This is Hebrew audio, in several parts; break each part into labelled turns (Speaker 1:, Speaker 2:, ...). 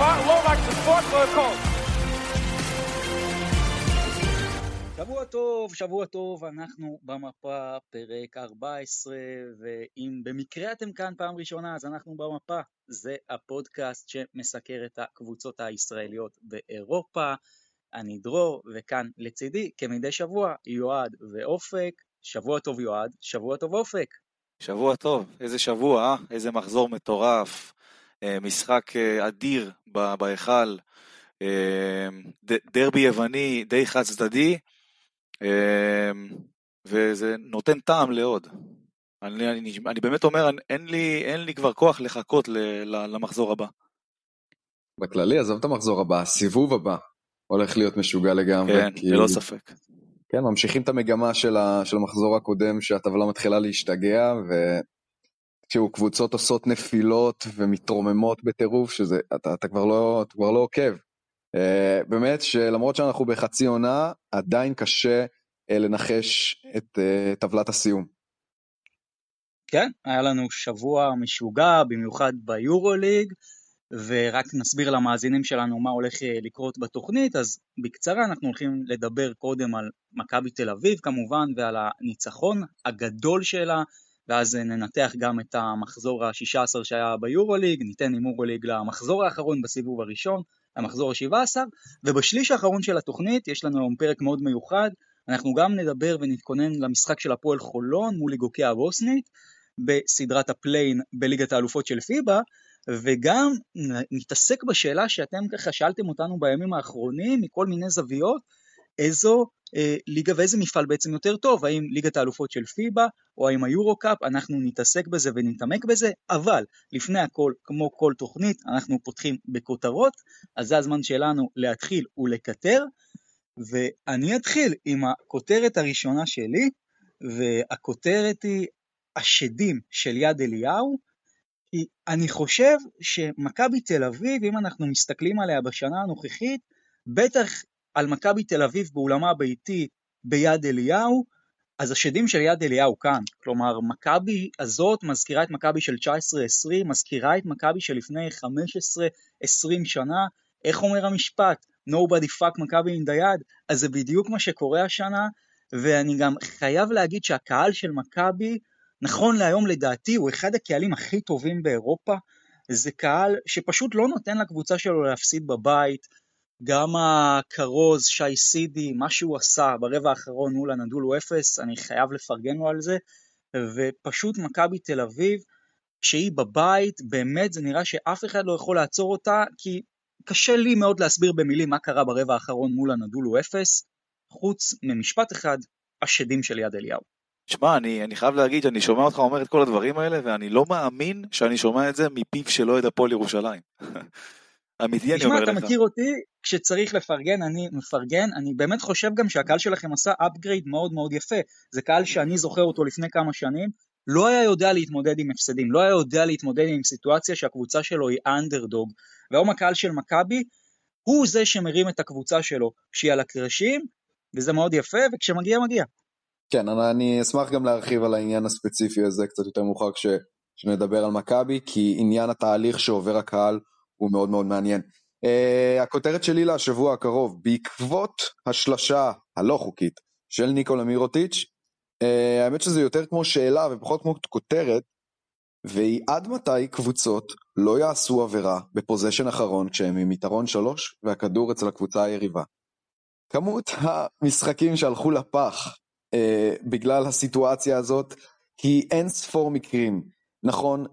Speaker 1: Lomax is fought for a coach.
Speaker 2: שבוע טוב, אנחנו במפה פרק 14, ואם במקרה אתם כאן פעם ראשונה, אז אנחנו במפה. זה הפודקאסט שמסקר את הקבוצות הישראליות באירופה. אני דרור, וכאן לצידי, כמדי שבוע, יועד ואופק. שבוע טוב יועד, שבוע טוב אופק.
Speaker 3: שבוע טוב, איזה שבוע, איזה מחזור מטורף, משחק אדיר בהיכל, דרבי יווני די חד צדדי, וזה נותן טעם לעוד. אני באמת אומר, אין לי כבר כוח לחכות למחזור הבא.
Speaker 4: בכללי, עזוב את המחזור הבא, הסיבוב הבא הולך להיות משוגע לגמרי.
Speaker 3: כן, ללא ספק.
Speaker 4: כן, ממשיכים את המגמה של המחזור הקודם, שהטבלה מתחילה להשתגע, קבוצות עושות נפילות ומתרוממות בטירוף, שזה, אתה כבר לא עוקב. באמת שלמרות שאנחנו בחצי עונה, עדיין קשה לנחש את טבלת הסיום.
Speaker 2: כן, היה לנו שבוע משוגע, במיוחד ביורוליג, ורק נסביר למאזינים שלנו מה הולך לקרות בתוכנית. אז בקצרה אנחנו הולכים לדבר קודם על מכבי תל אביב כמובן, ועל הניצחון הגדול שלה, ואז ננתח גם את המחזור ה-16 שהיה ביורוליג, ניתן עם יורוליג למחזור האחרון בסיבוב הראשון, המחזור ה-17, ובשליש האחרון של התוכנית יש לנו היום פרק מאוד מיוחד. אנחנו גם נדבר ונתכונן למשחק של הפועל חולון מול ליגוקי הבוסנית, בסדרת הפליין בליגת האלופות של פיבה, וגם נתעסק בשאלה שאתם ככה שאלתם אותנו בימים האחרונים מכל מיני זוויות, איזו ליגה ואיזה מפעל בעצם יותר טוב, האם ליגת האלופות של פיבה או האם היורו-קאפ. אנחנו נתעסק בזה ונתעמק בזה, אבל לפני הכל, כמו כל תוכנית, אנחנו פותחים בכותרות, אז זה הזמן שלנו להתחיל ולקטר, ואני אתחיל עם הכותרת הראשונה שלי, והכותרת היא השדים של יד אליהו. כי אני חושב שמכבי תל אביב, אם אנחנו מסתכלים עליה בשנה הנוכחית, בטח על מכבי תל אביב באולמה הביתי ביד אליהו, אז השדים של יד אליהו כאן. כלומר, מכבי הזאת מזכירה את מכבי של 19-20, מזכירה את מכבי של לפני 15-20 שנה. איך אומר המשפט? Nobody fuck מכבי in the yard. אז זה בדיוק מה שקורה השנה, ואני גם חייב להגיד שהקהל של מכבי, נכון להיום לדעתי, הוא אחד הקהלים הכי טובים באירופה. זה קהל שפשוט לא נותן לקבוצה שלו להפסיד בבית. גם הקרוז, שי סידי, מה שהוא עשה ברבע האחרון מול הנדולו 0, אני חייב לפרגן לו על זה. ופשוט מכבי תל אביב, שהיא בבית, באמת זה נראה שאף אחד לא יכול לעצור אותה, כי קשה לי מאוד להסביר במילים מה קרה ברבע האחרון מול הנדולו 0, חוץ ממשפט אחד, השדים של יד אליהו.
Speaker 3: שמע, אני חייב להגיד שאני שומע אותך אומר את כל הדברים האלה, ואני לא מאמין שאני שומע את זה מפיו שלא את הפועל ירושלים. אמיתי אני אומר לך.
Speaker 2: אתה מכיר אותי, כשצריך לפרגן, אני מפרגן. אני באמת חושב גם שהקהל שלכם עשה אפגרייד מאוד מאוד יפה. זה קהל שאני זוכר אותו לפני כמה שנים, לא היה יודע להתמודד עם הפסדים, לא היה יודע להתמודד עם סיטואציה שהקבוצה שלו היא אנדרדוג, והיום הקהל של מכבי הוא זה שמרים את הקבוצה שלו כשהיא על הקרשים, וזה מאוד יפה, וכשמגיע מגיע.
Speaker 4: כן, אני אשמח גם להרחיב על העניין הספציפי הזה קצת יותר מאוחר כשנדבר על מכבי, כי עניין התהליך שעובר הקהל הוא מאוד מאוד מעניין. הכותרת שלי לשבוע הקרוב, בעקבות השלשה הלא חוקית של ניקולה מירוטיץ', האמת שזה יותר כמו שאלה ופחות כמו כותרת, והיא עד מתי קבוצות לא יעשו עבירה בפוזיישן אחרון כשהם עם יתרון 3 והכדור אצל הקבוצה היריבה. כמות המשחקים שהלכו לפח בגלל הסיטואציה הזאת היא אין ספור מקרים. נכון,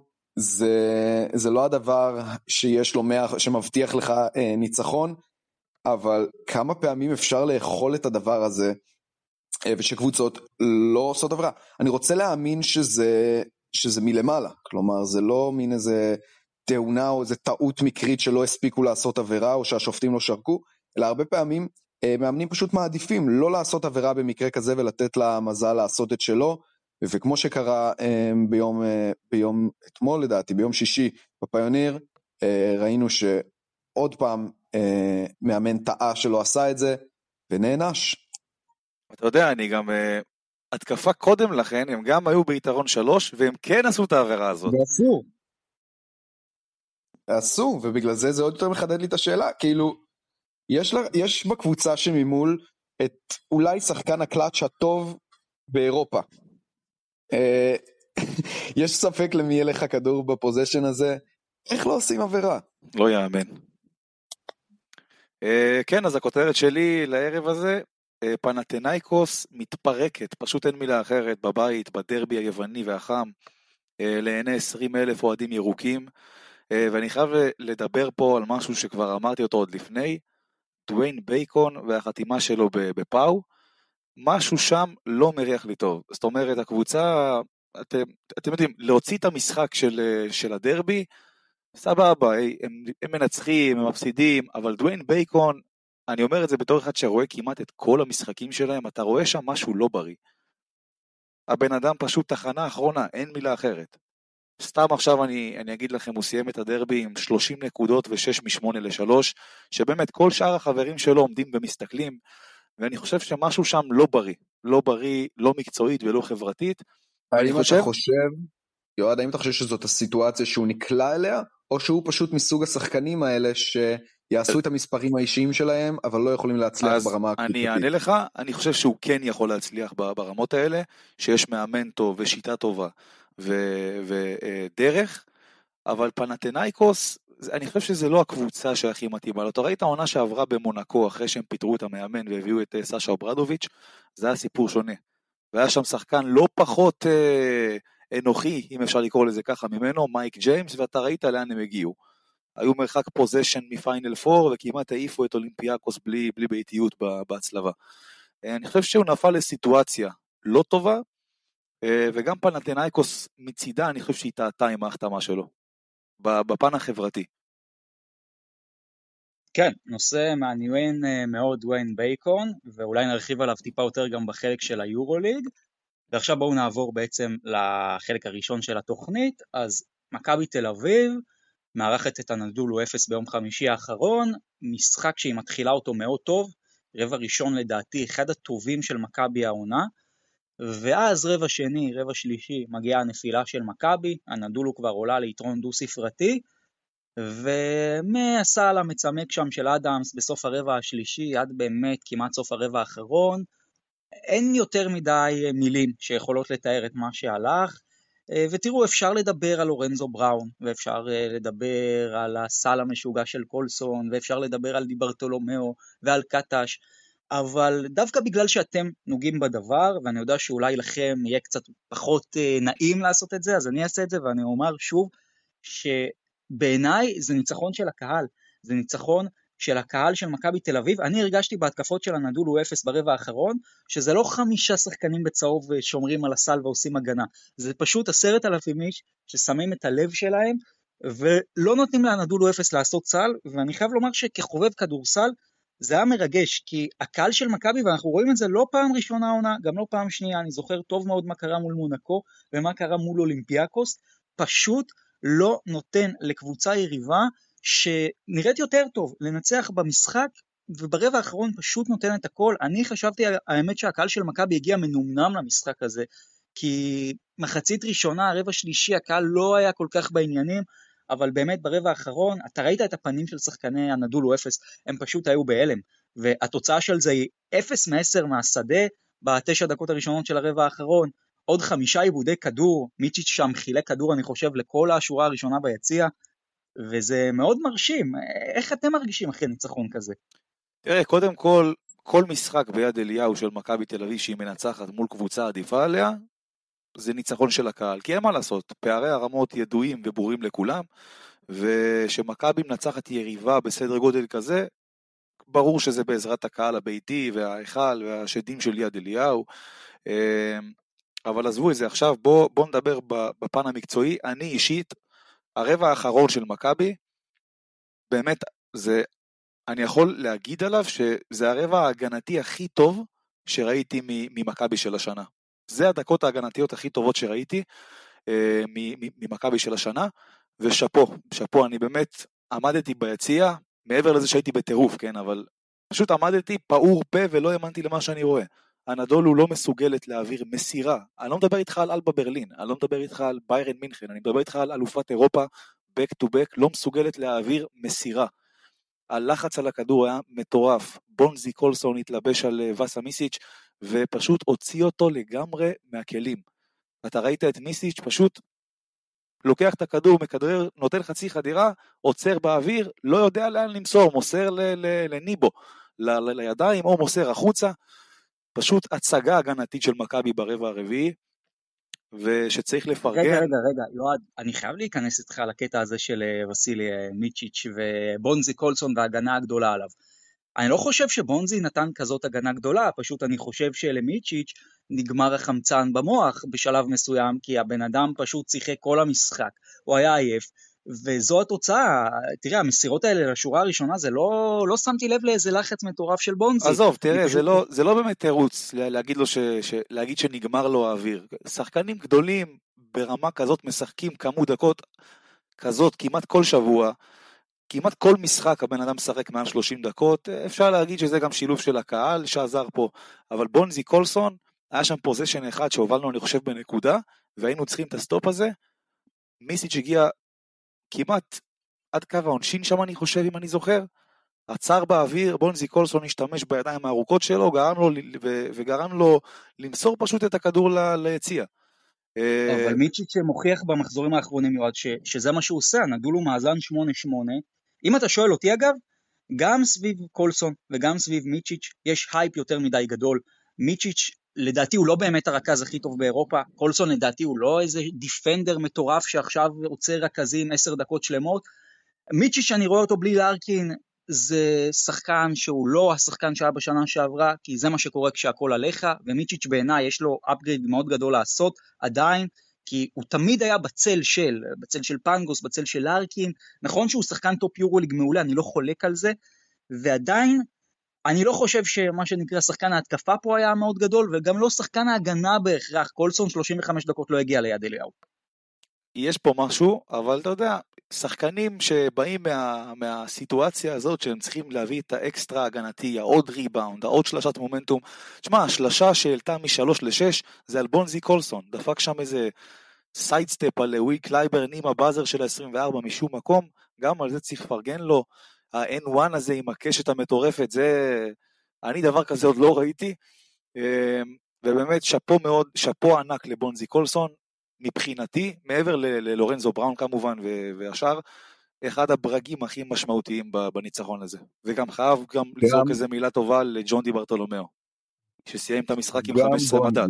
Speaker 4: זה לא הדבר שיש לו שמבטיח לך ניצחון, אבל כמה פעמים אפשר לאכול את הדבר הזה ושקבוצות לא עושות עבירה. אני רוצה להאמין שזה מלמעלה, כלומר זה לא מין איזה תאונה או איזה טעות מקרית שלא הספיקו לעשות עבירה או שהשופטים לא שרקו, אלא הרבה פעמים מאמנים פשוט מעדיפים לא לעשות עבירה במקרה כזה ולתת לה מזל לעשות את שלו, וכמו שקרה ביום אתמול לדעתי, ביום שישי בפיוניר, ראינו שעוד פעם מאמן טעה שלא עשה את זה ונענש.
Speaker 3: אתה יודע, אני גם התקפה קודם לכן, הם גם היו ביתרון 3 והם כן עשו את העבירה הזאת.
Speaker 2: ואסור.
Speaker 4: עשו, ובגלל זה עוד יותר מחדד לי את השאלה, כאילו, יש בקבוצה שממול את אולי שחקן הקלאץ' הטוב באירופה. יש ספק למי יהיה לך כדור בפוזיישן הזה, איך לא עושים עבירה?
Speaker 3: לא יאמן. כן, אז הכותרת שלי לערב הזה, פנתנייקוס מתפרקת, פשוט אין מילה אחרת, בבית, בדרבי היווני והחם, לעיני 20,000 אוהדים ירוקים, ואני חייב לדבר פה על משהו שכבר אמרתי אותו עוד לפני, דוויין בייקון והחתימה שלו בפאו, משהו שם לא מריח לי טוב. זאת אומרת, הקבוצה, אתם יודעים, להוציא את המשחק של הדרבי, סבבה, הם מנצחים, הם מפסידים, אבל דוויין בייקון, אני אומר את זה בתור אחד שרואה כמעט את כל המשחקים שלהם, אתה רואה שם משהו לא בריא. הבן אדם פשוט תחנה אחרונה, אין מילה אחרת. סתם עכשיו אני אגיד לכם, הוא סיים את הדרבי עם 30 נקודות ו6 מ8 ל3, שבאמת כל שאר החברים שלו עומדים ומסתכלים, ואני חושב שמשהו שם לא בריא, לא בריא, לא מקצועית ולא חברתית.
Speaker 4: האם אתה חושב שזאת הסיטואציה שהוא נקלע אליה, או שהוא פשוט מסוג השחקנים האלה שיעשו את המספרים האישיים שלהם, אבל לא יכולים להצליח ברמה הקבוצתית?
Speaker 3: אני אענה לך, אני חושב שהוא כן יכול להצליח ברמות האלה, שיש מאמן טוב ושיטה טובה ודרך, אבל פנתנייקוס, אני חושב שזה לא הקבוצה שהכי מתאימה. אתה ראית העונה שעברה במונקו, אחרי שהם פיתרו את המאמן והביאו את סשה אוברדוביץ', זה היה סיפור שונה. והיה שם שחקן לא פחות אנוכי, אם אפשר לקרוא לזה ככה ממנו, מייק ג'יימס, ואתה ראית לאן הם הגיעו. היו מרחק פוזיישן מפיינל 4, וכמעט העיפו את אולימפיאקוס בלי ביתיות בהצלבה. אני חושב שהוא נפל לסיטואציה לא טובה, וגם פנתנייקוס מצידה, אני חושב שהיא טעתה עם ההחתמה שלו, בפן החברתי.
Speaker 2: כן, נושא מעניין מאוד דוויין בייקון, ואולי נרחיב עליו טיפה יותר גם בחלק של היורוליג, ועכשיו בואו נעבור בעצם לחלק הראשון של התוכנית. אז מכבי תל אביב מארחת את הנדולו 0 ביום חמישי האחרון, משחק שהיא מתחילה אותו מאוד טוב, רבע ראשון לדעתי אחד הטובים של מכבי העונה, ואז רבע שני, רבע שלישי מגיעה הנפילה של מכבי, הנדולו כבר עולה ליתרון דו ספרתי, ומהסל המצמק שם של אדמס בסוף הרבע השלישי עד באמת כמעט סוף הרבע האחרון, אין יותר מדי מילים שיכולות לתאר את מה שהלך, ותראו, אפשר לדבר על לורנזו בראון, ואפשר לדבר על הסל המשוגע של קולסון, ואפשר לדבר על דיברטולומיאו ועל קטש, אבל דווקא בגלל שאתם נוגעים בדבר, ואני יודע שאולי לכם יהיה קצת פחות נעים לעשות את זה, אז אני אעשה את זה, ואני אומר שוב, שבעיניי זה ניצחון של הקהל, זה ניצחון של הקהל של מכבי תל אביב. אני הרגשתי בהתקפות של הנדולו 0 ברבע האחרון, שזה לא 5 שחקנים בצהוב שומרים על הסל ועושים הגנה, זה פשוט 10,000 איש ששמים את הלב שלהם, ולא נותנים לנדולו 0 לעשות סל, ואני חייב לומר שכחובב כדורסל, זה היה מרגש, כי הקהל של מכבי, ואנחנו רואים את זה לא פעם ראשונה עונה, גם לא פעם שנייה, אני זוכר טוב מאוד מה קרה מול מונקו, ומה קרה מול אולימפיאקוס, פשוט לא נותן לקבוצה יריבה, שנראית יותר טוב, לנצח במשחק, וברבע האחרון פשוט נותן את הכל. אני חשבתי, האמת שהקהל של מכבי הגיע מנומנם למשחק הזה, כי מחצית ראשונה, הרבע שלישי, הקהל לא היה כל כך בעניינים, אבל באמת ברבע האחרון, אתה ראית את הפנים של שחקני הנדולו 0, הם פשוט היו בהלם, והתוצאה של זה היא 0 מ-10 מהשדה, ב9 דקות הראשונות של הרבע האחרון, עוד 5 עיבודי כדור, מיצ'יץ' שם חילק כדור, אני חושב, לכל השורה הראשונה ביציע, וזה מאוד מרשים. איך אתם מרגישים אחרי ניצחון כזה?
Speaker 3: תראה, קודם כל משחק ביד אליהו של מכבי תל אביב שהיא מנצחת מול קבוצה עדיפה עליה, זה ניצחון של הקהל, כי אין מה לעשות, פערי הרמות ידועים וברורים לכולם, ושמכבי מנצחת יריבה בסדר גודל כזה, ברור שזה בעזרת הקהל הביתי וההיכל והשדים של יד אליהו, אבל עזבו את זה עכשיו, בוא נדבר בפן המקצועי. אני אישית, הרבע האחרון של מכבי, באמת, אני יכול להגיד עליו שזה הרבע ההגנתי הכי טוב שראיתי ממכבי של השנה. זה הדקות ההגנתיות הכי טובות שראיתי ממכבי של השנה, ושפו, אני באמת עמדתי ביציע, מעבר לזה שהייתי בטירוף, כן, אבל פשוט עמדתי פעור פה ולא האמנתי למה שאני רואה. הנדולו לא מסוגלת להעביר מסירה. אני לא מדבר איתך על אלבה ברלין, אני לא מדבר איתך על ביירן מינכן, אני מדבר איתך על אלופת אירופה back to back, לא מסוגלת להעביר מסירה. הלחץ על הכדור היה מטורף, בונזי קולסון התלבש על וסה מיסיץ' ופשוט הוציא אותו לגמרי מהכלים. אתה ראית את מיסיץ' פשוט לוקח את הכדור, מכדרר, נותן חצי חדירה, עוצר באוויר, לא יודע לאן למסור, מוסר לניבו, לידיים או מוסר החוצה, פשוט הצגה הגנתית של מכבי ברבע הרביעי, ושצריך לפרגן.
Speaker 2: רגע, יועד, אני חייב להיכנס איתך לקטע הזה של וסילי מיצ'יץ' ובונזי קולסון וההגנה הגדולה עליו. אני לא חושב שבונזי נתן כזאת הגנה גדולה, פשוט אני חושב שלמיצ'יץ' נגמר החמצן במוח בשלב מסוים, כי הבן אדם פשוט שיחק כל המשחק, הוא היה עייף, וזו התוצאה. תראה, המסירות האלה לשורה הראשונה, זה לא שמתי לב לאיזה לחץ מטורף של בונזי.
Speaker 3: עזוב, תראה, זה לא באמת תירוץ להגיד לו להגיד שנגמר לו האוויר. שחקנים גדולים ברמה כזאת משחקים כמות דקות כזאת כמעט כל שבוע, כמעט כל משחק הבן אדם משחק מעל 30 דקות, אפשר להגיד שזה גם שילוב של הקהל שעזר פה, אבל בונזי קולסון, היה שם פוזיישן אחד שהובלנו אני חושב בנקודה, והיינו צריכים את הסטופ הזה, מיסיץ' הגיע כמעט עד קו העונשין שם אני חושב אם אני זוכר, עצר באוויר, בונזי קולסון השתמש בידיים הארוכות שלו, וגרם לו למסור פשוט את הכדור ליציע.
Speaker 2: אבל מיצ'יץ' מוכיח במחזורים האחרונים יועד שזה מה שהוא עושה, נדול הוא מאזן 8-8, אם אתה שואל אותי אגב, גם סביב קולסון וגם סביב מיצ'יץ' יש הייפ יותר מדי גדול, מיצ'יץ' לדעתי הוא לא באמת הרכז הכי טוב באירופה, קולסון לדעתי הוא לא איזה דיפנדר מטורף שעכשיו עוצר רכזים 10 דקות שלמות, מיצ'יץ' אני רואה אותו בלי לארקין, זה שחקן שהוא לא השחקן שהיה בשנה שעברה, כי זה מה שקורה כשהכל עליך, ומיצ'יץ' בעיניי יש לו אפגריד מאוד גדול לעשות, עדיין, כי הוא תמיד היה בצל של פנגוס, בצל של לארקין, נכון שהוא שחקן טופ יורוליג מעולה, אני לא חולק על זה, ועדיין, אני לא חושב שמה שנקרא שחקן ההתקפה פה היה מאוד גדול, וגם לא שחקן ההגנה בהכרח, קולסון 35 דקות לא הגיע ליד אליהו.
Speaker 3: יש פה משהו, אבל אתה יודע, שחקנים שבאים מהסיטואציה הזאת, שהם צריכים להביא את האקסטרה הגנתי, העוד ריבאונד, העוד שלשת מומנטום, תשמע, השלשה שהעלתה מ3-6, זה על בונזי קולסון, דפק שם איזה סיידסטפ על וויל קלייברן עם הבאזר של ה-24 משום מקום, גם על זה צריך לפרגן לו, ה-N1 הזה עם הקשת המטורפת, זה, אני דבר כזה עוד לא ראיתי, ובאמת שפו ענק לבונזי קולסון, מבחינתי, מעבר ללורנזו בראון כמובן והשאר, אחד הברגים הכי משמעותיים בניצחון הזה. וגם חייב גם לזרוק איזה מילה טובה לג'ון די ברטולומיאו, שסיים את המשחק עם 15 מדד.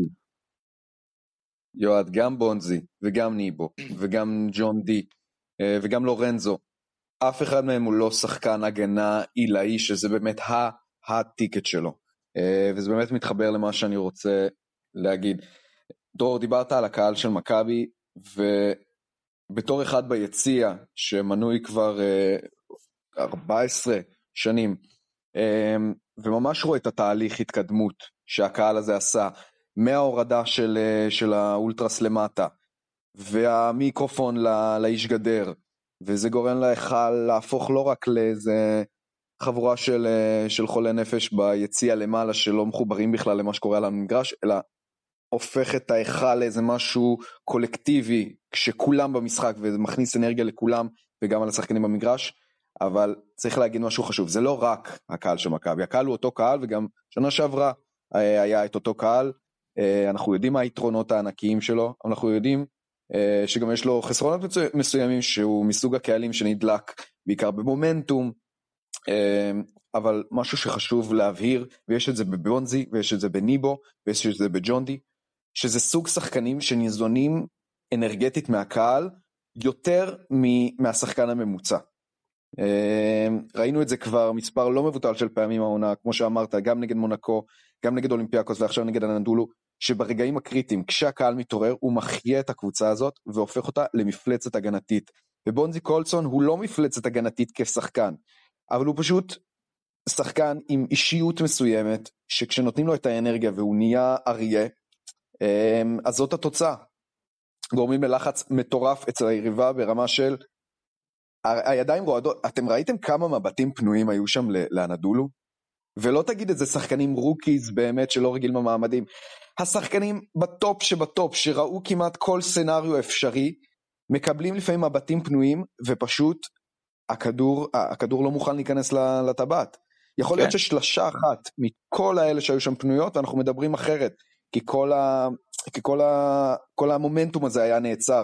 Speaker 4: יועד, גם בונזי וגם ניבו וגם ג'ון די וגם לורנזו, אף אחד מהם הוא לא שחקן הגנה עילאי, שזה באמת הטיקט שלו. וזה באמת מתחבר למה שאני רוצה להגיד. דרור, דיברת על הקהל של מכבי, ובתור אחד ביציע, שמנוי כבר 14 שנים, וממש רואה את התהליך התקדמות שהקהל הזה עשה, מההורדה של האולטרס למטה, והמיקרופון לאיש גדר, וזה גורם להיכל להפוך לא רק לאיזה חבורה של חולי נפש ביציע למעלה, שלא מחוברים בכלל למה שקורה על המגרש, אלא הופך את ההיכל לאיזה משהו קולקטיבי, כשכולם במשחק, וזה מכניס אנרגיה לכולם, וגם על השחקנים במגרש. אבל צריך להגיד משהו חשוב, זה לא רק הקהל של מכבי, הקהל הוא אותו קהל, וגם שנה שעברה היה את אותו קהל, אנחנו יודעים מה היתרונות הענקיים שלו, אנחנו יודעים שגם יש לו חסרונות מסוימים, שהוא מסוג הקהלים שנדלק בעיקר במומנטום, אבל משהו שחשוב להבהיר, ויש את זה בבונזי, ויש את זה בניבו, ויש את זה בג'ונדי, שזה סוג שחקנים שניזונים אנרגטית מהקהל, יותר מהשחקן הממוצע. ראינו את זה כבר מספר לא מבוטל של פעמים העונה, כמו שאמרת, גם נגד מונקו, גם נגד אולימפיאקוס, ועכשיו נגד הנדולו, שברגעים הקריטיים, כשהקהל מתעורר, הוא מחיה את הקבוצה הזאת, והופך אותה למפלצת הגנתית. ובונזי קולסון הוא לא מפלצת הגנתית כשחקן, אבל הוא פשוט שחקן עם אישיות מסוימת, שכשנותנים לו את האנרגיה והוא נהיה אריה, אז זאת התוצאה. גורמים ללחץ מטורף אצל היריבה ברמה של הידיים רועדות. אתם ראיתם כמה מבטים פנויים היו שם לאנדולו? ולא תגיד איזה שחקנים רוקיז באמת שלא רגיל במעמדים. השחקנים בטופ שבטופ שראו כמעט כל סנריו אפשרי, מקבלים לפעמים מבטים פנויים, ופשוט הכדור לא מוכן להיכנס לטבעת. יכול להיות ששלשה אחת מכל האלה שהיו שם פנויות, ואנחנו מדברים אחרת, כי כל המומנטום הזה היה נעצר.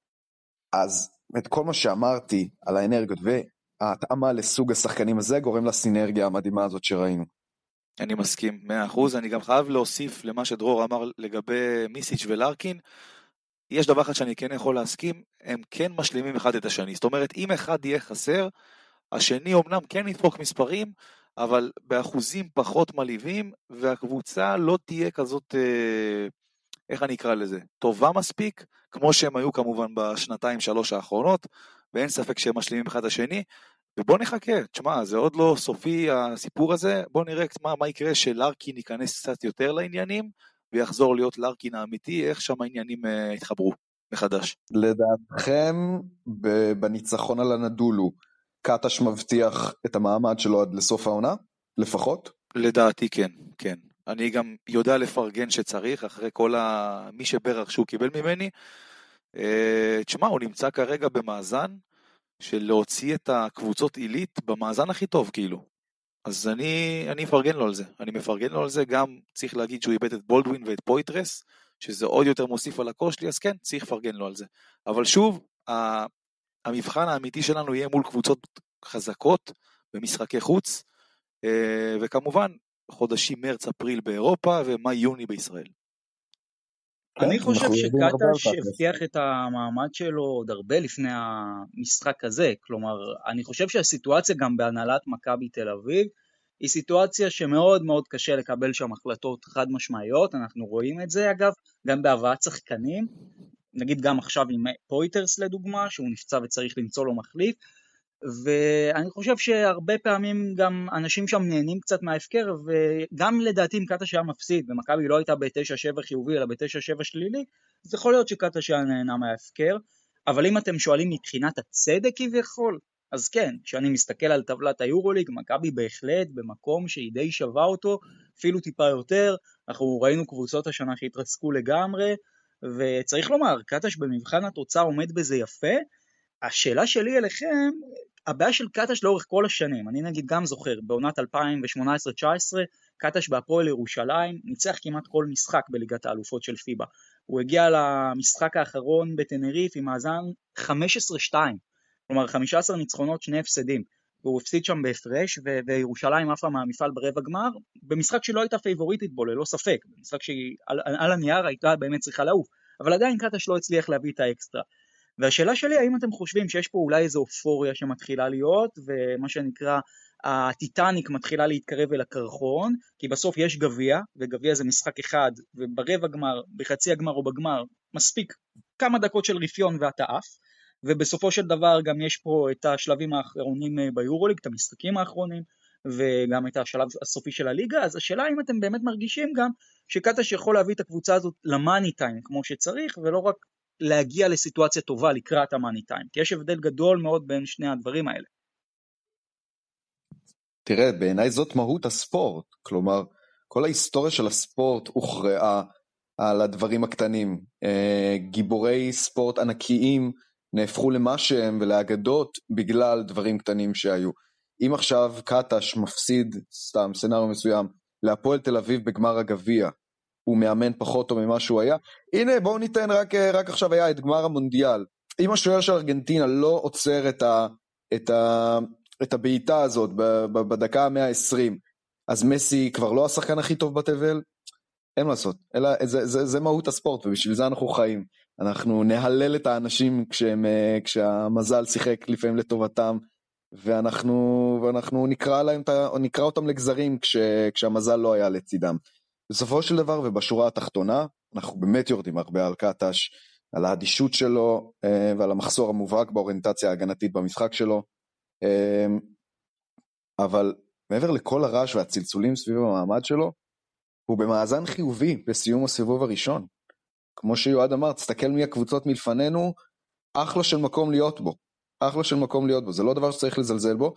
Speaker 4: אז את כל מה שאמרתי על האנרגיות וההתאמה לסוג השחקנים הזה, גורם לסינרגיה המדהימה הזאת שראינו.
Speaker 3: אני מסכים, 100%. אני גם חייב להוסיף למה שדרור אמר לגבי מיסיץ' ולארקין. יש דבר אחד שאני כן יכול להסכים, הם כן משלימים אחד את השני. זאת אומרת, אם אחד יהיה חסר, השני אומנם כן ידפוק מספרים, אבל באחוזים פחות מלאיבים, והקבוצה לא תהיה כזאת, איך אני אקרא לזה, טובה מספיק, כמו שהם היו כמובן בשנתיים שלוש האחרונות, ואין ספק שהם משלימים אחד השני, ובוא נחכה, תשמע, זה עוד לא סופי הסיפור הזה, בוא נראה מה יקרה שלארקין ייכנס קצת יותר לעניינים, ויחזור להיות לארקין האמיתי, איך שם העניינים יתחברו מחדש.
Speaker 4: לדעתכם, בניצחון על הנדולו, קטש מבטיח את המעמד שלו עד לסוף העונה, לפחות?
Speaker 3: לדעתי כן, כן. אני גם יודע לפרגן שצריך, אחרי כל מי שברך שהוא קיבל ממני. תשמע, הוא נמצא כרגע במאזן, של להוציא את הקבוצות עילית במאזן הכי טוב, כאילו. אז אני מפרגן לו על זה. אני מפרגן לו על זה, גם צריך להגיד שהוא איבד את בולדווין ואת פויטרס, שזה עוד יותר מוסיף על הקוש שלי, אז כן, צריך לפרגן לו על זה. אבל שוב, המבחן האמיתי שלנו יהיה מול קבוצות חזקות, במשחקי חוץ, וכמובן, חודשים מרץ, אפריל באירופה, ומאי יוני בישראל.
Speaker 2: אני חושב שקטש הבטיח את המעמד שלו עוד הרבה לפני המשחק הזה, כלומר, אני חושב שהסיטואציה גם בהנהלת מכבי תל אביב, היא סיטואציה שמאוד מאוד קשה לקבל שם החלטות חד משמעיות, אנחנו רואים את זה אגב, גם בהבאת שחקנים, נגיד גם עכשיו עם פויטרס לדוגמה, שהוא נפצע וצריך למצוא לו מחליף, ואני חושב שהרבה פעמים גם אנשים שם נהנים קצת מההפקר, וגם לדעתי אם קטש היה מפסיד, ומכבי לא הייתה ב-9-7 חיובי, אלא ב-9-7 שלילי, אז יכול להיות שקטש היה נהנה מההפקר, אבל אם אתם שואלים מבחינת הצדק כביכול, אז כן, כשאני מסתכל על טבלת היורוליג, מכבי בהחלט במקום שהיא די שווה אותו, אפילו טיפה יותר, אנחנו ראינו קבוצות השנה שהתרסקו לגמרי, וצריך לומר, קטש במבחן התוצאה עומד בזה יפה, השאלה שלי אליכם, הבעיה של קטש לאורך כל השנים, אני נגיד גם זוכר, בעונת 2018-19, קטש בהפועל ירושלים, ניצח כמעט כל משחק בליגת האלופות של פיבה. הוא הגיע למשחק האחרון בטנריף עם מאזן 15-2, כלומר 15 ניצחונות, 2 הפסדים, והוא הפסיד שם בהפרש, וירושלים עפה מהמפעל ברבע גמר, במשחק שלא הייתה פייבוריטית בו, ללא ספק, במשחק שעל הנייר הייתה באמת צריכה לעוף, אבל עדיין קטש לא הצליח להביא את האקסטרה. והשאלה שלי, האם אתם חושבים שיש פה אולי איזו אופוריה שמתחילה להיות, ומה שנקרא, הטיטניק מתחילה להתקרב אל הקרחון, כי בסוף יש גביע, וגביע זה משחק אחד, וברבע גמר, בחצי הגמר או בגמר, מספיק כמה דקות של רפיון ואתה עף, ובסופו של דבר גם יש פה את השלבים האחרונים ביורוליג, את המשחקים האחרונים, וגם את השלב הסופי של הליגה, אז השאלה אם אתם באמת מרגישים גם, שקטש יכול להביא את הקבוצה הזאת למאני טיים כמו שצריך, ולא רק להגיע לסיטואציה טובה לקראת המאני טיים, כי יש הבדל גדול מאוד בין שני הדברים האלה.
Speaker 4: תראה, בעיניי זאת מהות הספורט, כלומר, כל ההיסטוריה של הספורט הוכרעה על הדברים הקטנים, גיבורי ספורט ענקיים נהפכו למה שהם ולאגדות בגלל דברים קטנים שהיו. אם עכשיו קטש מפסיד, סתם סנריו מסוים, להפועל תל אביב בגמר הגביע, הוא מאמן פחות טוב ממה שהוא היה, הנה בואו ניתן רק עכשיו היה את גמר המונדיאל, אם השוער של ארגנטינה לא עוצר את הבעיטה הזאת בדקה ה-120, אז מסי כבר לא השחקן הכי טוב בתבל, אין לעשות, אלא זה מהות הספורט, ובשביל זה אנחנו חיים, אנחנו נהלל את האנשים כשהמזל שיחק לפעמים לטובתם, ואנחנו נקרא אותם לגזרים כשהמזל לא היה לצידם. בסופו של דבר ובשורה התחתונה, אנחנו באמת יורדים הרבה על קטש, על האדישות שלו ועל המחסור המובהק באוריינטציה ההגנתית במשחק שלו, אבל מעבר לכל הרעש והצלצולים סביב המעמד שלו, הוא במאזן חיובי בסיום הסיבוב הראשון. כמו שיועד אמר, תסתכל מי הקבוצות מלפנינו, אחלה של מקום להיות בו. אחלה של מקום להיות בו, זה לא דבר שצריך לזלזל בו.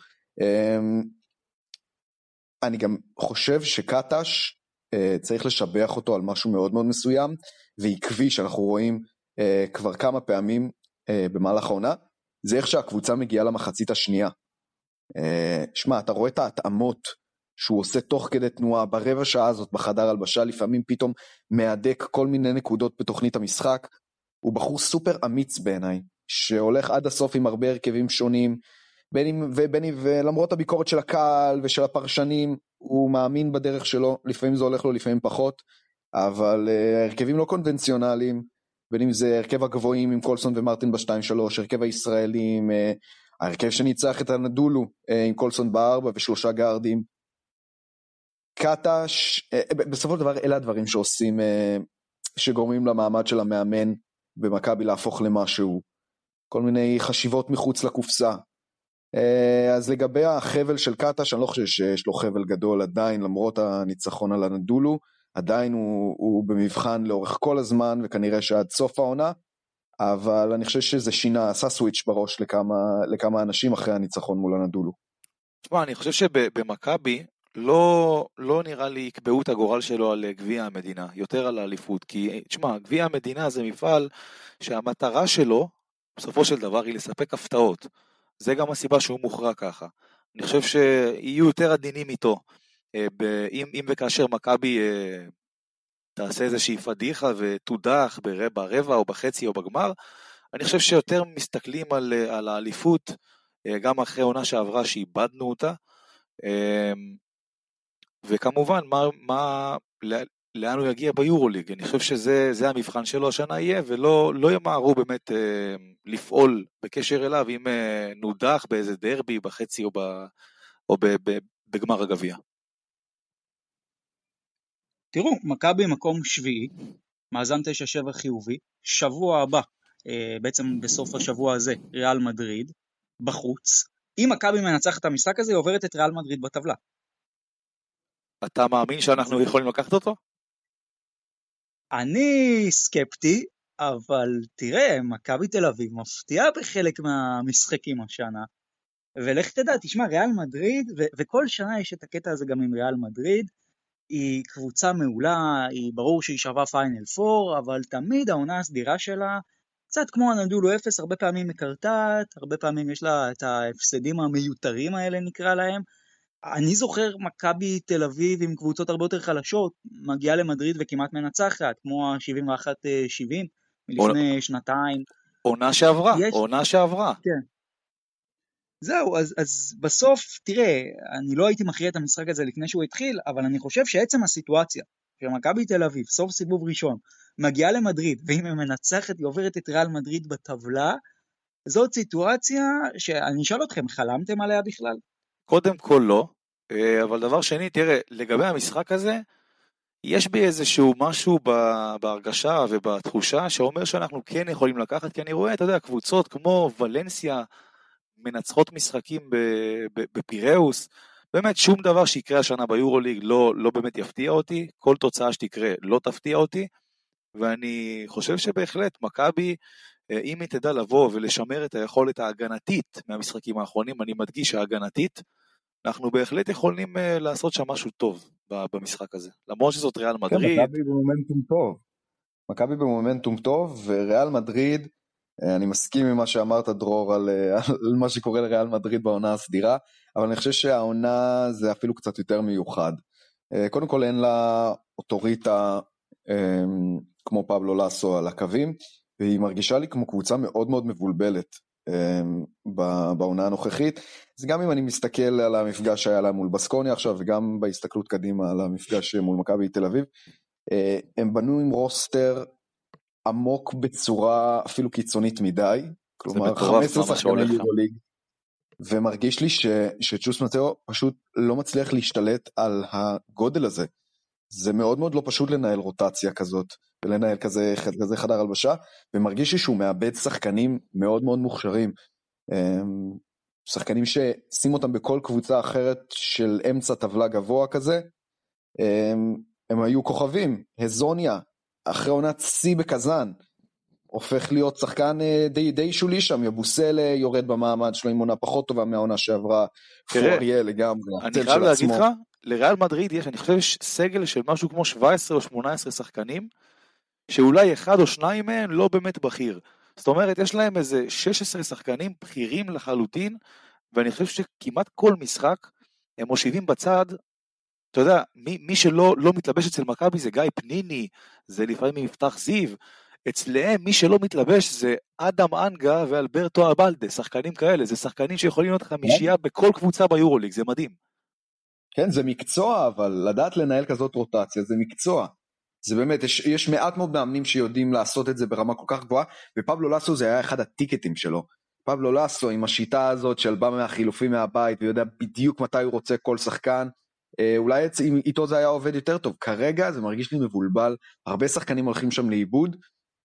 Speaker 4: אני גם חושב שקטש צריך לשבח אותו על משהו מאוד מאוד מסוים, ועקבי שאנחנו רואים כבר כמה פעמים, במהלך העונה, זה איך שהקבוצה מגיעה למחצית השנייה. שמע, אתה רואה את ההתאמות שהוא עושה תוך כדי תנועה, ברבע שעה הזאת בחדר הלבשה, לפעמים פתאום מהדק כל מיני נקודות בתוכנית המשחק, הוא בחור סופר אמיץ בעיניי, שהולך עד הסוף עם הרבה הרכבים שונים, ולמרות הביקורת של הקהל ושל הפרשנים, הוא מאמין בדרך שלו, לפעמים זה הולך לו, לפעמים פחות, אבל הרכבים לא קונבנציונליים, בין אם זה הרכב הגבוהים עם קולסון ומרטין ב-2-3, הרכב הישראלים, ההרכב שניצח את הנדולו עם קולסון ב-4 ו3 גארדים, קטש, בסופו של דבר אלה הדברים שעושים, שגורמים למעמד של המאמן במכבי להפוך למשהו, כל מיני חשיבות מחוץ לקופסה. אז לגבי החבל של קטש, אני לא חושב שיש לו חבל גדול עדיין, למרות הניצחון על הנדולו, עדיין הוא במבחן לאורך כל הזמן, וכנראה שעד סוף העונה, אבל אני חושב שזה שינה, עשה סוויץ' בראש לכמה אנשים אחרי הניצחון מול הנדולו.
Speaker 3: תשמע, אני חושב שבמכבי לא נראה לי יקבעו את הגורל שלו על גביע המדינה, יותר על האליפות, כי תשמע, גביע המדינה זה מפעל שהמטרה שלו, בסופו של דבר, היא לספק הפתעות. זה גם הסיבה שהוא מוכרע ככה. אני חושב שיהיו יותר עדינים איתו, אם וכאשר מכבי תעשה איזושהי פדיחה ותודח ברבע או בחצי או בגמר, אני חושב שיותר מסתכלים על האליפות, גם אחרי עונה שעברה שאיבדנו אותה, וכמובן לאן הוא יגיע ביורוליג. אני חושב שזה המבחן שלו השנה יהיה, ולא ימהרו באמת לפעול בקשר אליו, אם נודח באיזה דרבי בחצי או בגמר הגביע.
Speaker 2: תראו, מכבי מקום שביעי, מאזן 9-7 חיובי, שבוע הבא, בעצם בסוף השבוע הזה, ריאל מדריד, בחוץ. אם מכבי מנצחת את המשחק הזה, היא עוברת את ריאל מדריד בטבלה.
Speaker 3: אתה מאמין שאנחנו יכולים לקחת אותו?
Speaker 2: אני סקפטי, אבל תראה, מכבי תל אביב מפתיעה בחלק מהמשחקים השנה, ולך תדע, תשמע, ריאל מדריד, וכל שנה יש את הקטע הזה גם עם ריאל מדריד, היא קבוצה מעולה, היא ברור שהיא שווה פיינל 4, אבל תמיד העונה הסדירה שלה, קצת כמו הנדולו 0, הרבה פעמים מקרטעת, הרבה פעמים יש לה את ההפסדים המיותרים האלה נקרא להם. אני זוכר מכבי תל אביב עם קבוצות הרבה יותר חלשות, מגיעה למדריד וכמעט מנצחת, כמו ה-71-70 מלפני שנתיים.
Speaker 3: עונה שעברה.
Speaker 2: כן. זהו, אז בסוף, תראה, אני לא הייתי מכריע את המשחק הזה לפני שהוא התחיל, אבל אני חושב שעצם הסיטואציה, שמכבי תל אביב, סוף סיבוב ראשון, מגיעה למדריד, ואם היא מנצחת, היא עוברת את ריאל מדריד בטבלה, זאת סיטואציה שאני אשאל אתכם, חלמתם עליה בכלל?
Speaker 3: קודם כל לא, אבל דבר שני, תראה, לגבי המשחק הזה, יש בי איזשהו משהו בהרגשה ובתחושה, שאומר שאנחנו כן יכולים לקחת, כי אני רואה, אתה יודע, קבוצות כמו ולנסיה, מנצחות משחקים בפיראוס, באמת שום דבר שיקרה השנה ביורוליג לא באמת יפתיע אותי, כל תוצאה שתקרה לא תפתיע אותי, ואני חושב שבהחלט מכבי, אם היא תדע לבוא ולשמר את היכולת ההגנתית מהמשחקים האחרונים, אני מדגיש ההגנתית, אנחנו בהחלט יכולים לעשות שם משהו טוב במשחק הזה, למרות שזאת ריאל מדריד.
Speaker 4: מכבי במומנטום טוב, וריאל מדריד, אני מסכים עם מה שאמרת דרור על מה שקורה לריאל מדריד בעונה הסדירה, אבל אני חושב שהעונה זה אפילו קצת יותר מיוחד. קודם כל אין לה אוטוריטה כמו פבלו לסו על הקווים, והיא מרגישה לי כמו קבוצה מאוד מאוד מבולבלת בעונה הנוכחית. זה גם אם אני מסתכל על המפגש שהיה לה מול בסקוניה עכשיו, וגם בהסתכלות קדימה על המפגש מול מכבי תל אביב, הם בנו עם רוסטר עמוק בצורה אפילו קיצונית מדי, כלומר 15 שחקני יורוליג, ומרגיש לי שצ'וס מטאו פשוט לא מצליח להשתלט על הגודל הזה. זה מאוד מאוד לא פשוט לנהל רוטציה כזאת, ולנהל כזה חדר הלבשה, ומרגיש לי שהוא מאבד שחקנים מאוד מאוד מוכשרים, שחקנים ששים אותם בכל קבוצה אחרת של אמצע טבלה גבוה כזה, הם היו כוכבים, הזוניה, אחרי עונת C בקזן, הופך להיות שחקן די שולי שם, יבוסל יורד במעמד שלו עם עונה פחות טובה מהעונה שעברה, פואריה לגמרי.
Speaker 3: אני חייב להגיד לך, לריאל מדריד יש, אני חושב, סגל של משהו כמו 17 או 18 שחקנים, שאולי אחד או שניים מהם לא באמת בכיר. זאת אומרת, יש להם איזה 16 שחקנים בכירים לחלוטין, ואני חושב שכמעט כל משחק הם מושיבים בצד, אתה יודע, מי שלא מתלבש אצל מכבי זה גיא פניני, זה לפעמים מפתח זיו, אצלהם מי שלא מתלבש זה אדם אנגה ואלברטו אבלדה, שחקנים כאלה, זה שחקנים שיכולים להיות חמישייה בכל קבוצה ביורוליג, זה מדהים.
Speaker 4: כן, זה מקצוע, אבל לדעת לנהל כזאת רוטציה, זה מקצוע. זה באמת, יש מעט מאוד מאמנים שיודעים לעשות את זה ברמה כל כך גבוהה, ופבלו לסו זה היה אחד הטיקטים שלו. פבלו לסו עם השיטה הזאת של בא מהחילופים מהבית, ויודע בדיוק מתי הוא רוצה כל שחקן, אולי איתו זה היה עובד יותר טוב. כרגע זה מרגיש לי מבולבל, הרבה שחקנים הולכים שם לאיבוד.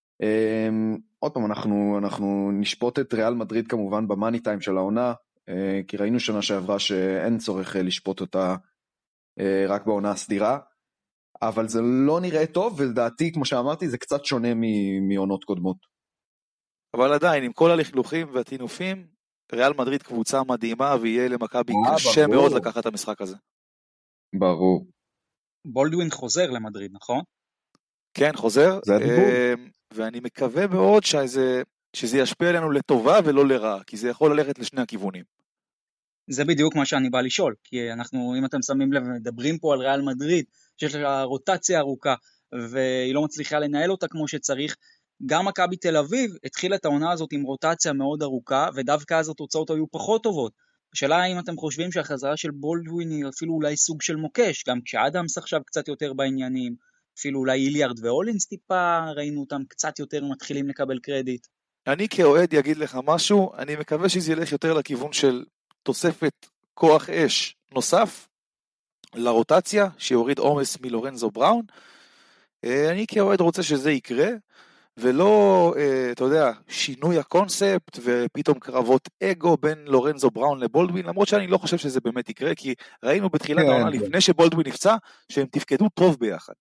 Speaker 4: עוד פעם, אנחנו נשפוט את ריאל מדריד כמובן במאני טיים של העונה, כי ראינו שנה שעברה שאין צורך לשפוט אותה רק בעונה הסדירה, אבל זה לא נראה טוב, ולדעתי, כמו שאמרתי, זה קצת שונה מעונות קודמות.
Speaker 3: אבל עדיין, עם כל הלכלוכים והטינופים, ריאל מדריד קבוצה מדהימה, ויהיה למכבי קשה מאוד לקחת את המשחק הזה.
Speaker 4: ברור.
Speaker 2: בולדווין חוזר למדריד, נכון?
Speaker 3: כן, חוזר, ואני מקווה מאוד שזה ישפיע עלינו לטובה ולא לרעה, כי זה יכול ללכת לשני הכיוונים.
Speaker 2: זה בדיוק מה שאני בא לשאול, כי אנחנו, אם אתם שמים לב, מדברים פה על ריאל מדריד, שיש לה רוטציה ארוכה, והיא לא מצליחה לנהל אותה כמו שצריך. גם מכבי תל אביב התחילה את העונה הזאת עם רוטציה מאוד ארוכה, ודווקא אז התוצאות היו פחות טובות. השאלה האם אתם חושבים שהחזרה של בולדווין היא אפילו אולי סוג של מוקש, גם כשאדמס עכשיו קצת יותר בעניינים, אפילו אולי איליארד ואולינס טיפה, ראינו אותם קצת יותר מתחילים לקבל קרדיט.
Speaker 3: אני כאוהד יגיד לך משהו, אני מקווה שזה ילך יותר לכיוון של תוספת כוח אש נוסף לרוטציה, שיוריד עומס מלורנזו בראון. אני כאוהד רוצה שזה יקרה, ולא, אתה יודע, שינוי הקונספט ופתאום קרבות אגו בין לורנזו בראון לבולדווין, למרות שאני לא חושב שזה באמת יקרה, כי ראינו בתחילת העונה לפני שבולדווין נפצע, שהם תפקדו טוב ביחד.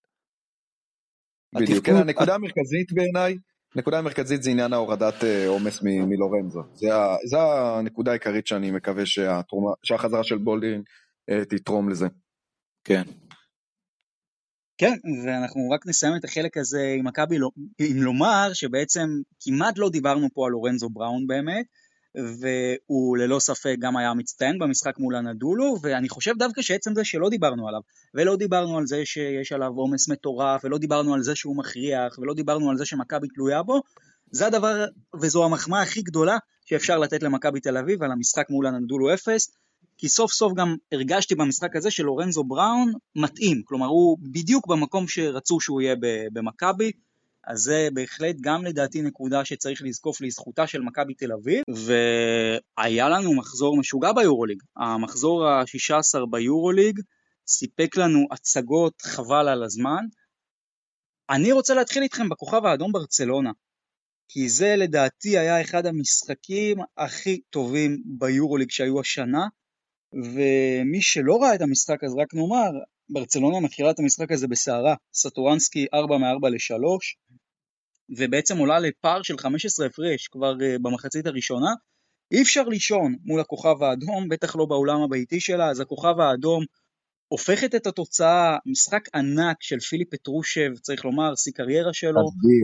Speaker 4: בדיוק, כן, הנקודה המרכזית בעיניי, נקודה המרכזית זה עניין ההורדת עומס מלורנזו. זה הנקודה העיקרית שאני מקווה שהחזרה של בולדווין תתרום לזה.
Speaker 3: כן.
Speaker 2: כן, ואנחנו רק נסיים את החלק הזה עם מכבי, עם לומר שבעצם כמעט לא דיברנו פה על לורנזו בראון באמת, והוא ללא ספק גם היה מצטיין במשחק מול הנדולו, ואני חושב דווקא שעצם זה שלא דיברנו עליו, ולא דיברנו על זה שיש עליו עומס מטורף, ולא דיברנו על זה שהוא מכריח, ולא דיברנו על זה שמכבי תלויה בו, זה הדבר, וזו המחמאה הכי גדולה שאפשר לתת למכבי תל אביב על המשחק מול הנדולו 0, כי סוף סוף גם הרגשתי במשחק הזה של לורנזו בראון מתאים, כלומר הוא בדיוק במקום שרצו שהוא יהיה במכבי, אז זה בהחלט גם לדעתי נקודה שצריך לזקוף לזכותה של מכבי תל אביב, והיה לנו מחזור משוגע ביורוליג, המחזור ה-16 ביורוליג, סיפק לנו הצגות חבל על הזמן. אני רוצה להתחיל איתכם בכוכב האדום ברצלונה, כי זה לדעתי היה אחד המשחקים הכי טובים ביורוליג שהיו השנה, ומי שלא ראה את המשחק אז רק נאמר, ברצלונה מכירה את המשחק הזה בסערה, סטורנסקי 4-4-3, ובעצם עולה לפער של 15 הפרש כבר במחצית הראשונה, אי אפשר לישון מול הכוכב האדום, בטח לא באולם הביתי שלה, אז הכוכב האדום הופכת את התוצאה, משחק ענק של פיליפ פטרושב, צריך לומר, שיא קריירה שלו,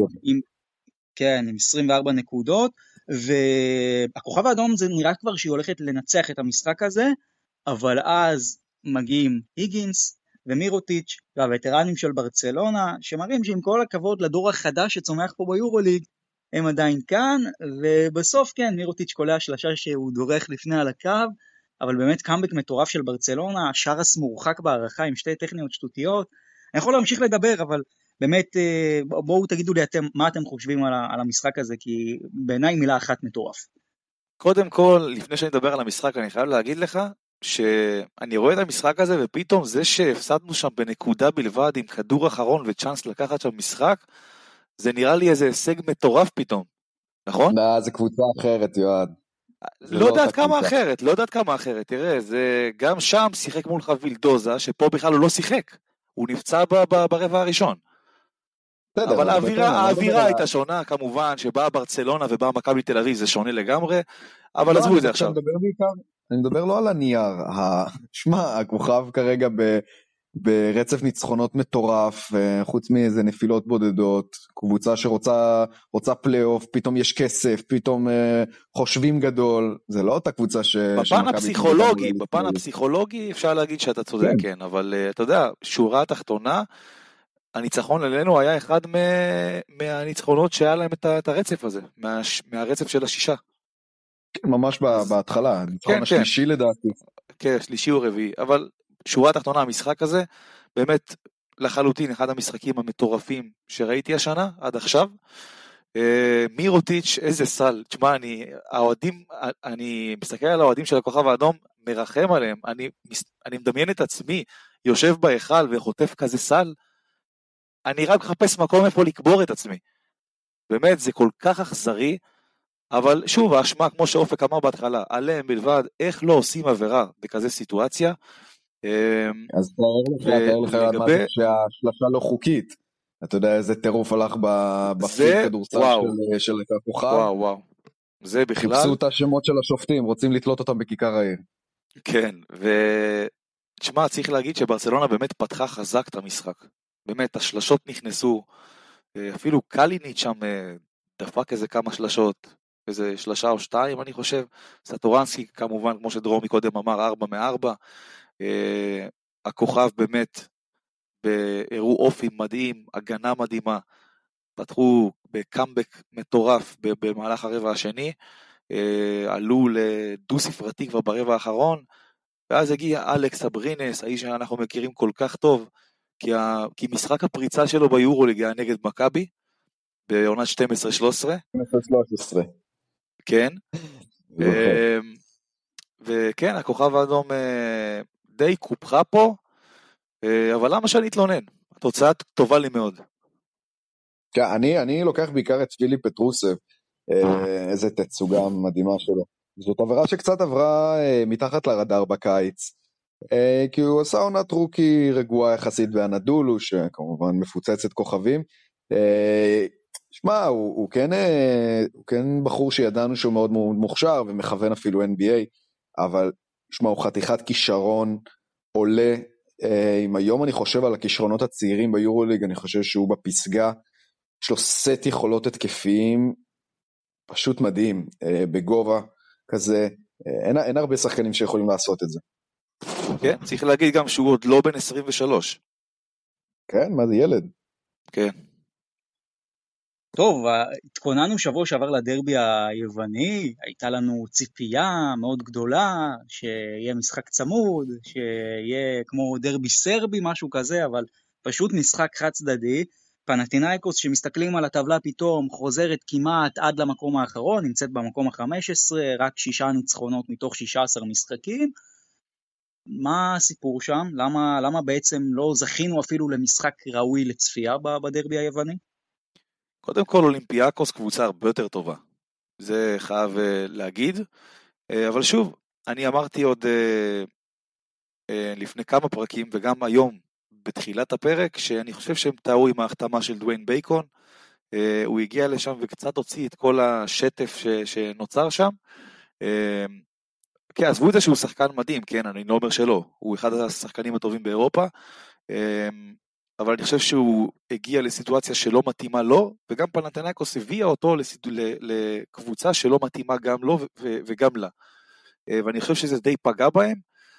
Speaker 2: עם 24 נקודות, והכוכב האדום זה נראה כבר שהיא הולכת לנצח את המשחק הזה, אבל אז מגיעים היגינס ומירוטיץ' והווטרנים של ברצלונה, שמראים שעם כל הכבוד לדור החדש שצומח פה ביורוליג, הם עדיין כאן, ובסוף כן, מירוטיץ' קולע שלשה שהוא דורך לפני על הקו, אבל באמת קאמבק מטורף של ברצלונה, שרס מורחק בערכה עם שתי טכניות שטותיות, אני יכול להמשיך לדבר, אבל באמת בואו תגידו לי מה אתם חושבים על המשחק הזה, כי בעיניי מילה אחת מטורף.
Speaker 3: קודם כל, לפני שאני אדבר על המשחק, אני חייב להגיד לך, שאני רואה את המשחק הזה, ופתאום זה שהפסדנו שם בנקודה בלבד, עם כדור אחרון וצ'אנס לקחת שם משחק, זה נראה לי איזה הישג מטורף פתאום, נכון?
Speaker 4: לא, זה קבוצה אחרת, יועד.
Speaker 3: לא יודעת כמה אחרת, תראה, זה גם שם שיחק מולך וילדוזה, שפה בכלל הוא לא שיחק, הוא נפצע ברבע הראשון. אבל האווירה הייתה שונה, כמובן, שבאה ברצלונה ובאה מכבי תל אביב, זה שונה לגמרי, אבל עזבו את זה עכשיו.
Speaker 4: אני מדבר לא על הנייר, שמע, הכוכב כרגע ברצף ניצחונות מטורף, חוץ מאיזה נפילות בודדות, קבוצה שרוצה פלייאוף, פתאום יש כסף, פתאום חושבים גדול, זה לא אותה קבוצה
Speaker 3: בפן הפסיכולוגי אפשר להגיד שאתה צודק, כן, אבל אתה יודע, שורה התחתונה, הניצחון עלינו היה אחד מהניצחונות שהיה להם את הרצף הזה, מהרצף של השישה.
Speaker 4: ממש בהתחלה, הניצחון השלישי לדעתי.
Speaker 3: כן, שלישי או רביעי, אבל שורה התחתונה, המשחק הזה, באמת לחלוטין אחד המשחקים המטורפים שראיתי השנה, עד עכשיו. מירוטיץ', איזה סל, תשמע, אני מסתכל על האוהדים של הכוכב האדום, מרחם עליהם, אני מדמיין את עצמי, יושב בהיכל וחוטף כזה סל, אני רק מחפש מקום איפה לקבור את עצמי. באמת, זה כל כך אכזרי, אבל שוב, האשמה, כמו שאופק אמר בהתחלה, עליהם בלבד, איך לא עושים עבירה בכזה סיטואציה.
Speaker 4: אז תאר לך שהשלשה לא חוקית. אתה יודע איזה טירוף הלך בפיל כדורסל של הכוכב.
Speaker 3: וואו. זה בכלל...
Speaker 4: חיפשו את השמות של השופטים, רוצים לתלות אותם בכיכר העיר.
Speaker 3: כן, תשמע, צריך להגיד שברצלונה באמת פתחה חזק את המשחק. באמת, השלשות נכנסו, אפילו קליניץ' שם דפק איזה כמה שלשות, איזה שלשה או שתיים, אני חושב. סטורנסקי, כמובן, כמו שדרומי קודם אמר, 4/4. הכוכב באמת, הראו אופי מדהים, הגנה מדהימה, פתחו בקאמבק מטורף במהלך הרבע השני, עלו לדו ספרתי כבר ברבע האחרון, ואז הגיע אלכס אברינס, האיש שאנחנו מכירים כל כך טוב, כי משחק הפריצה שלו ביורוליג היה נגד מכבי, בעונת 12-13. כן. וכן, הכוכב האדום די קופחה פה, אבל למה שאני אתלונן? התוצאה טובה לי מאוד.
Speaker 4: כן, אני לוקח בעיקר את פיליפ פטרוסב, איזה תצוגה מדהימה שלו. זאת עבירה שקצת עברה מתחת לרדאר בקיץ, כי הוא עשה עונת רוקי רגועה יחסית באנדולו, שכמובן מפוצצת כוכבים. שמע, הוא כן בחור שידענו שהוא מאוד מאוד מוכשר, ומכוון אפילו NBA, אבל שמע, הוא חתיכת כישרון עולה. אם היום אני חושב על הכישרונות הצעירים ביורוליג, אני חושב שהוא בפסגה, יש לו סט יכולות התקפיים, פשוט מדהים, בגובה כזה, אין הרבה שחקנים שיכולים לעשות את זה.
Speaker 3: כן, צריך להגיד גם שהוא עוד לא בן 23.
Speaker 4: כן, מה זה ילד?
Speaker 3: כן.
Speaker 2: טוב, התכוננו שבוע שעבר לדרבי היווני, הייתה לנו ציפייה מאוד גדולה, שיהיה משחק צמוד, שיהיה כמו דרבי סרבי, משהו כזה, אבל פשוט משחק חד צדדי. פנתינייקוס שמסתכלים על הטבלה פתאום חוזרת כמעט עד למקום האחרון, נמצאת במקום ה-15, רק 6 ניצחונות מתוך 16 משחקים. מה הסיפור שם? למה בעצם לא זכינו אפילו למשחק ראוי לצפייה בדרבי היווני?
Speaker 3: קודם כל אולימפיאקוס קבוצה הרבה יותר טובה, זה חייב להגיד, אבל שוב, אני אמרתי עוד לפני כמה פרקים וגם היום בתחילת הפרק, שאני חושב שהם טעו עם ההחתמה של דוויין בייקון, הוא הגיע לשם וקצת הוציא את כל השטף שנוצר שם, כן, עזבו את זה שהוא שחקן מדהים, כן, אני לא אומר שלא, הוא אחד השחקנים הטובים באירופה, אבל אני חושב שהוא הגיע לסיטואציה שלא מתאימה לו, וגם פנתינייקוס הביאה אותו לקבוצה שלא מתאימה גם לו וגם לה. ואני חושב שזה די פגע בהם.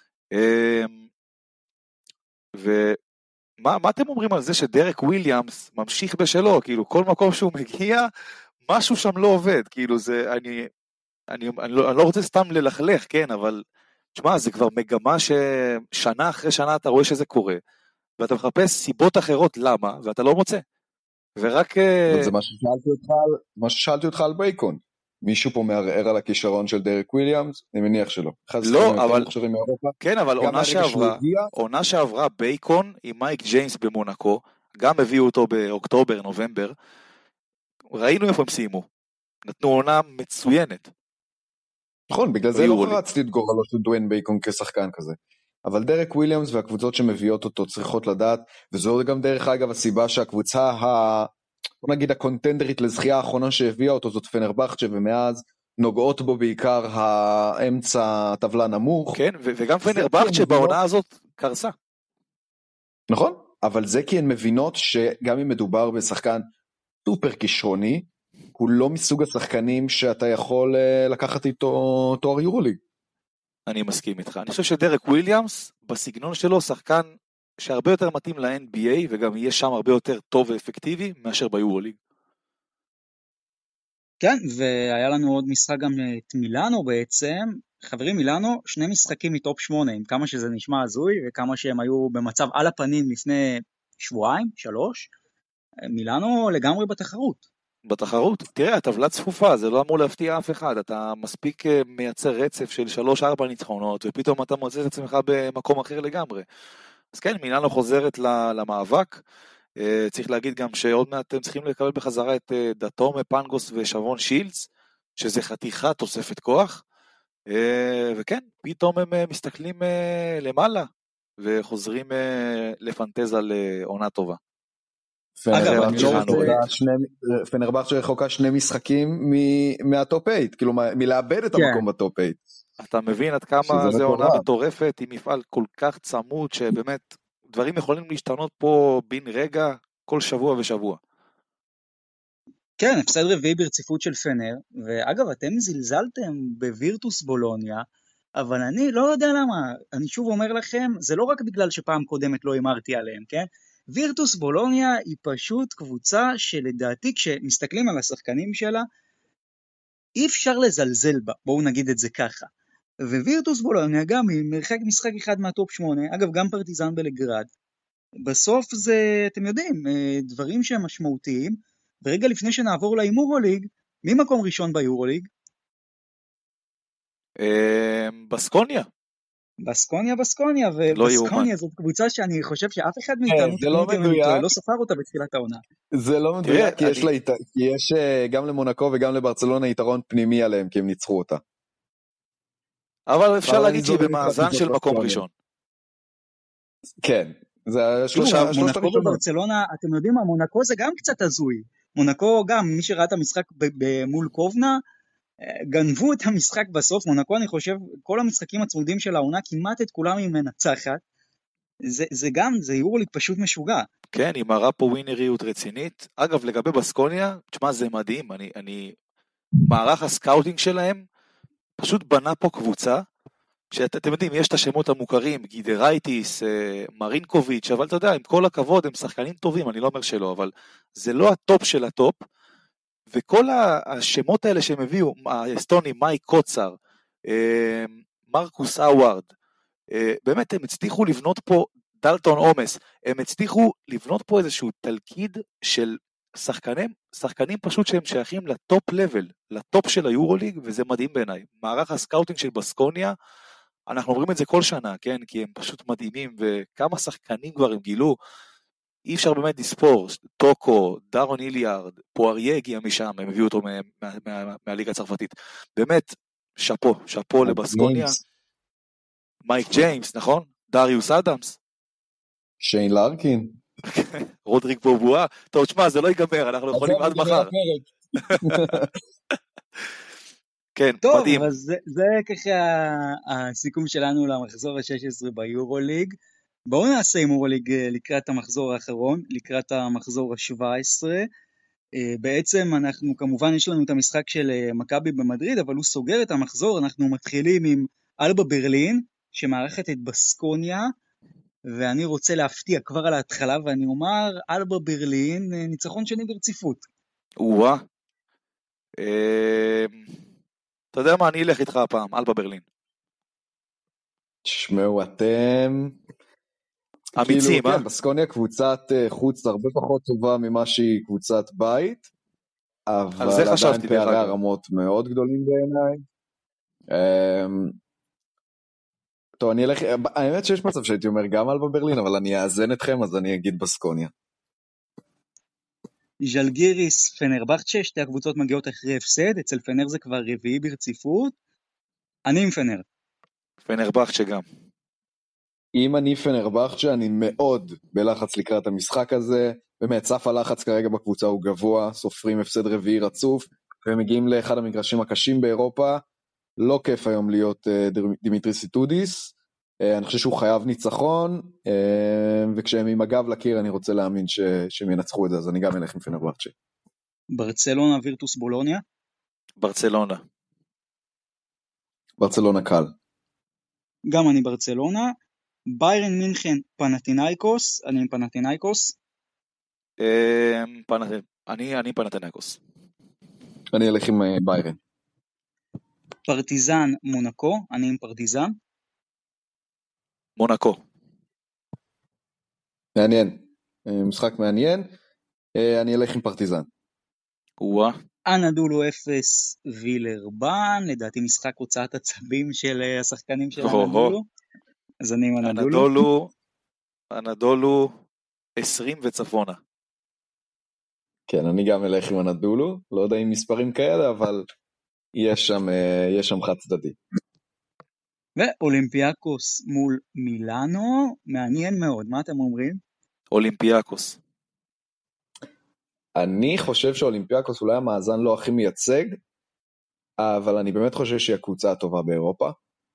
Speaker 3: ומה אתם אומרים על זה שדרק וויליאמס ממשיך בשלו? כאילו כל מקום שהוא מגיע, משהו שם לא עובד. כאילו זה, אני לא רוצה סתם ללכלך, כן, אבל תשמע, זה כבר מגמה ששנה אחרי שנה אתה רואה שזה קורה. ואתה מחפש סיבות אחרות למה, ואתה לא מוצא. ורק...
Speaker 4: זה מה ששאלתי אותך על בייקון. מישהו פה מערער על הכישרון של דרק וויליאמס? אני מניח שלא.
Speaker 3: לא, אבל... כן, אבל עונה שעברה בייקון עם מייק ג'יימס במונקו, גם הביאו אותו באוקטובר, נובמבר, ראינו איפה הם סיימו. נתנו עונה מצוינת.
Speaker 4: נכון, בגלל זה לא רצתי את גורלו של דוויין בייקון כשחקן כזה. אבל דרק וויליאמס והקבוצות שמביאות אותו צריכות לדעת, וזו גם דרך אגב הסיבה שהקבוצה בוא נגיד הקונטנדרית לזכייה האחרונה שהביאה אותו זאת פנרבחצ'ה, ומאז נוגעות בו בעיקר האמצע הטבלה נמוך.
Speaker 3: כן, וגם פנרבחצ'ה בעונה הזאת קרסה.
Speaker 4: נכון, אבל זה כי הן מבינות שגם אם מדובר בשחקן סופר כישרוני, הוא לא מסוג השחקנים שאתה יכול לקחת איתו תואר יורוליג.
Speaker 3: אני מסכים איתך. אני חושב שדרק וויליאמס, בסגנון שלו, שחקן שהרבה יותר מתאים ל-NBA, וגם יהיה שם הרבה יותר טוב ואפקטיבי, מאשר ביורוליג.
Speaker 2: כן, והיה לנו עוד משחק גם את מילאנו בעצם. חברים, מילאנו, 2 משחקים מטופ 8, עם כמה שזה נשמע הזוי, וכמה שהם היו במצב על הפנים לפני שבועיים, 3. מילאנו לגמרי בתחרות.
Speaker 3: בתחרות, תראה, הטבלה צפופה, זה לא אמור להפתיע אף אחד, אתה מספיק מייצר רצף של 3-4 ניצחונות, ופתאום אתה מוצא את עצמך במקום אחר לגמרי. אז כן, מילאנו חוזרת למאבק, צריך להגיד גם שעוד מעט אתם צריכים לקבל בחזרה את דתום, פנגוס ושרון שילץ, שזה חתיכה תוספת כוח, וכן, פתאום הם מסתכלים למעלה, וחוזרים לפנטז על עונה טובה.
Speaker 4: פנרבחצ'ה רחוקה 2 משחקים מהטופ 8, כאילו מלאבד את המקום בטופ 8.
Speaker 3: אתה מבין עד כמה זה עונה מטורפת, עם מפעל כל כך צמוד, שבאמת דברים יכולים להשתנות פה בין רגע, כל שבוע ושבוע.
Speaker 2: כן, הפסד רביעי ברציפות של פנר, ואגב, אתם זלזלתם בווירטוס בולוניה, אבל אני לא יודע למה, אני שוב אומר לכם, זה לא רק בגלל שפעם קודמת לא אמרתי עליהם, כן? וירטוס בולוניה היא פשוט קבוצה שלדעתי כשמסתכלים על השחקנים שלה, אי אפשר לזלזל בה, בואו נגיד את זה ככה. ווירטוס בולוניה גם היא מרחק משחק אחד מהטופ 8, אגב גם פרטיזן בלגרד. בסוף זה, אתם יודעים, דברים שהם משמעותיים, ורגע לפני שנעבור ליורוליג, מי מקום ראשון ביורוליג?
Speaker 3: בסקוניה.
Speaker 2: בסקוניה, ובסקוניה זאת קבוצה שאני חושב שאף אחד מאיתנו לא ספר אותה בתחילת העונה.
Speaker 4: זה לא מדויק, כי יש גם למונקו וגם לברצלונה יתרון פנימי עליהם, כי הם ניצחו אותה.
Speaker 3: אבל אפשר להגיד שהיא במאזן של מקום ראשון.
Speaker 4: כן, זה
Speaker 2: מונקו וברצלונה, אתם יודעים מה, מונקו זה גם קצת הזוי. מונקו גם, מי שראה את המשחק מול קובנה, גנבו את המשחק בסוף. מונקו, אני חושב, כל המשחקים הצמודים של העונה, כמעט את כולם היא מנצחת. זה יורוליג פשוט משוגע.
Speaker 3: כן, היא מראה פה ווינריות רצינית. אגב, לגבי בסקוניה, תשמע, זה מדהים. מערך הסקאוטינג שלהם פשוט בנה פה קבוצה, שאתם יודעים, יש את השמות המוכרים, גידרייטיס, מרינקוביץ', אבל אתה יודע, עם כל הכבוד, הם שחקנים טובים, אני לא אומר שלא, אבל זה לא הטופ של הטופ, וכל השמות האלה שהם הביאו, האסטוני, מייק קוצר, מרקוס אווארד, באמת הם הצליחו לבנות פה, דלטון אומס, הם הצליחו לבנות פה איזשהו תלכיד של שחקנים פשוט שהם שייכים לטופ לבל, לטופ של היורוליג, וזה מדהים בעיניי. מערך הסקאוטינג של בסקוניה, אנחנו אומרים את זה כל שנה, כן? כי הם פשוט מדהימים, וכמה שחקנים כבר הם גילו, אי אפשר באמת לספור, טוקו, דארון איליארד, פואריה הגיע משם, הם הביאו אותו מהליגה הצרפתית. באמת, שאפו לבסקוניה. מייק ג'יימס, נכון? דריוס אדמס.
Speaker 4: שיין לארקין.
Speaker 3: רודריק בובואה. טוב, תשמע, זה לא ייגמר, אנחנו יכולים עד מחר. כן,
Speaker 2: טוב,
Speaker 3: מדהים.
Speaker 2: טוב, אז זה ככה הסיכום שלנו למחזור ה-16 ביורוליג. בואו נעשה עם יורוליג לקראת המחזור האחרון, לקראת המחזור ה-17. בעצם אנחנו, כמובן יש לנו את המשחק של מכבי במדריד, אבל הוא סוגר את המחזור. אנחנו מתחילים עם אלבה ברלין, שמערכת את בסקוניה, ואני רוצה להפתיע כבר על ההתחלה, ואני אומר, אלבה ברלין, ניצחון שני ברציפות.
Speaker 3: וואה. אתה יודע מה, אני אלך איתך הפעם, אלבה ברלין.
Speaker 4: תשמעו, אתם...
Speaker 3: אמיצים,
Speaker 4: כאילו, כן, בסקוניה קבוצת חוץ הרבה פחות טובה ממה שהיא קבוצת בית, אבל עדיין פערי הרמות מאוד גדולים בעיניי. טוב, אני אלך, האמת שיש מצב שהייתי אומר גם אלבה ברלין, אבל אני אאזן אתכם, אז אני אגיד בסקוניה.
Speaker 2: ז'לגיריס, פנרבחצ'ה, שתי הקבוצות מגיעות אחרי הפסד, אצל פנר זה כבר רביעי ברציפות. אני עם פנר.
Speaker 3: פנרבחצ'ה גם.
Speaker 4: אם אני פנרבחצ'ה, אני מאוד בלחץ לקראת המשחק הזה, באמת, סף הלחץ כרגע בקבוצה הוא גבוה, סופרים הפסד רביעי רצוף, ומגיעים לאחד המגרשים הקשים באירופה, לא כיף היום להיות דימיטריס איטודיס, אני חושב שהוא חייב ניצחון, וכשהם עם הגב לקיר אני רוצה להאמין שהם ינצחו את זה, אז אני גם אלך עם פנרבחצ'ה.
Speaker 2: ברצלונה וירטוס בולוניה?
Speaker 3: ברצלונה.
Speaker 4: ברצלונה קל.
Speaker 2: גם אני ברצלונה. ביירן מינכן פנתינייקוס, אני עם פנתינייקוס.
Speaker 3: אני פנתינייקוס.
Speaker 4: אני אלך עם ביירן.
Speaker 2: פרטיזן מונקו, אני עם פרטיזן.
Speaker 3: מונקו.
Speaker 4: מעניין, משחק מעניין, אני אלך עם פרטיזן.
Speaker 2: אנדולו 0 וילרבן, לדעתי משחק הוצאת עצבים של השחקנים של אנדולו, אז אני עם אנדולו.
Speaker 3: אנדולו 20 וצפונה.
Speaker 4: כן, אני גם אלך עם אנדולו, לא יודע אם מספרים כאלה, אבל יש שם חד צדדי.
Speaker 2: ואולימפיאקוס מול מילאנו, מעניין מאוד, מה אתם אומרים?
Speaker 3: אולימפיאקוס.
Speaker 4: אני חושב שאולימפיאקוס אולי המאזן לא הכי מייצג, אבל אני באמת חושב שהיא הקבוצה הטובה באירופה.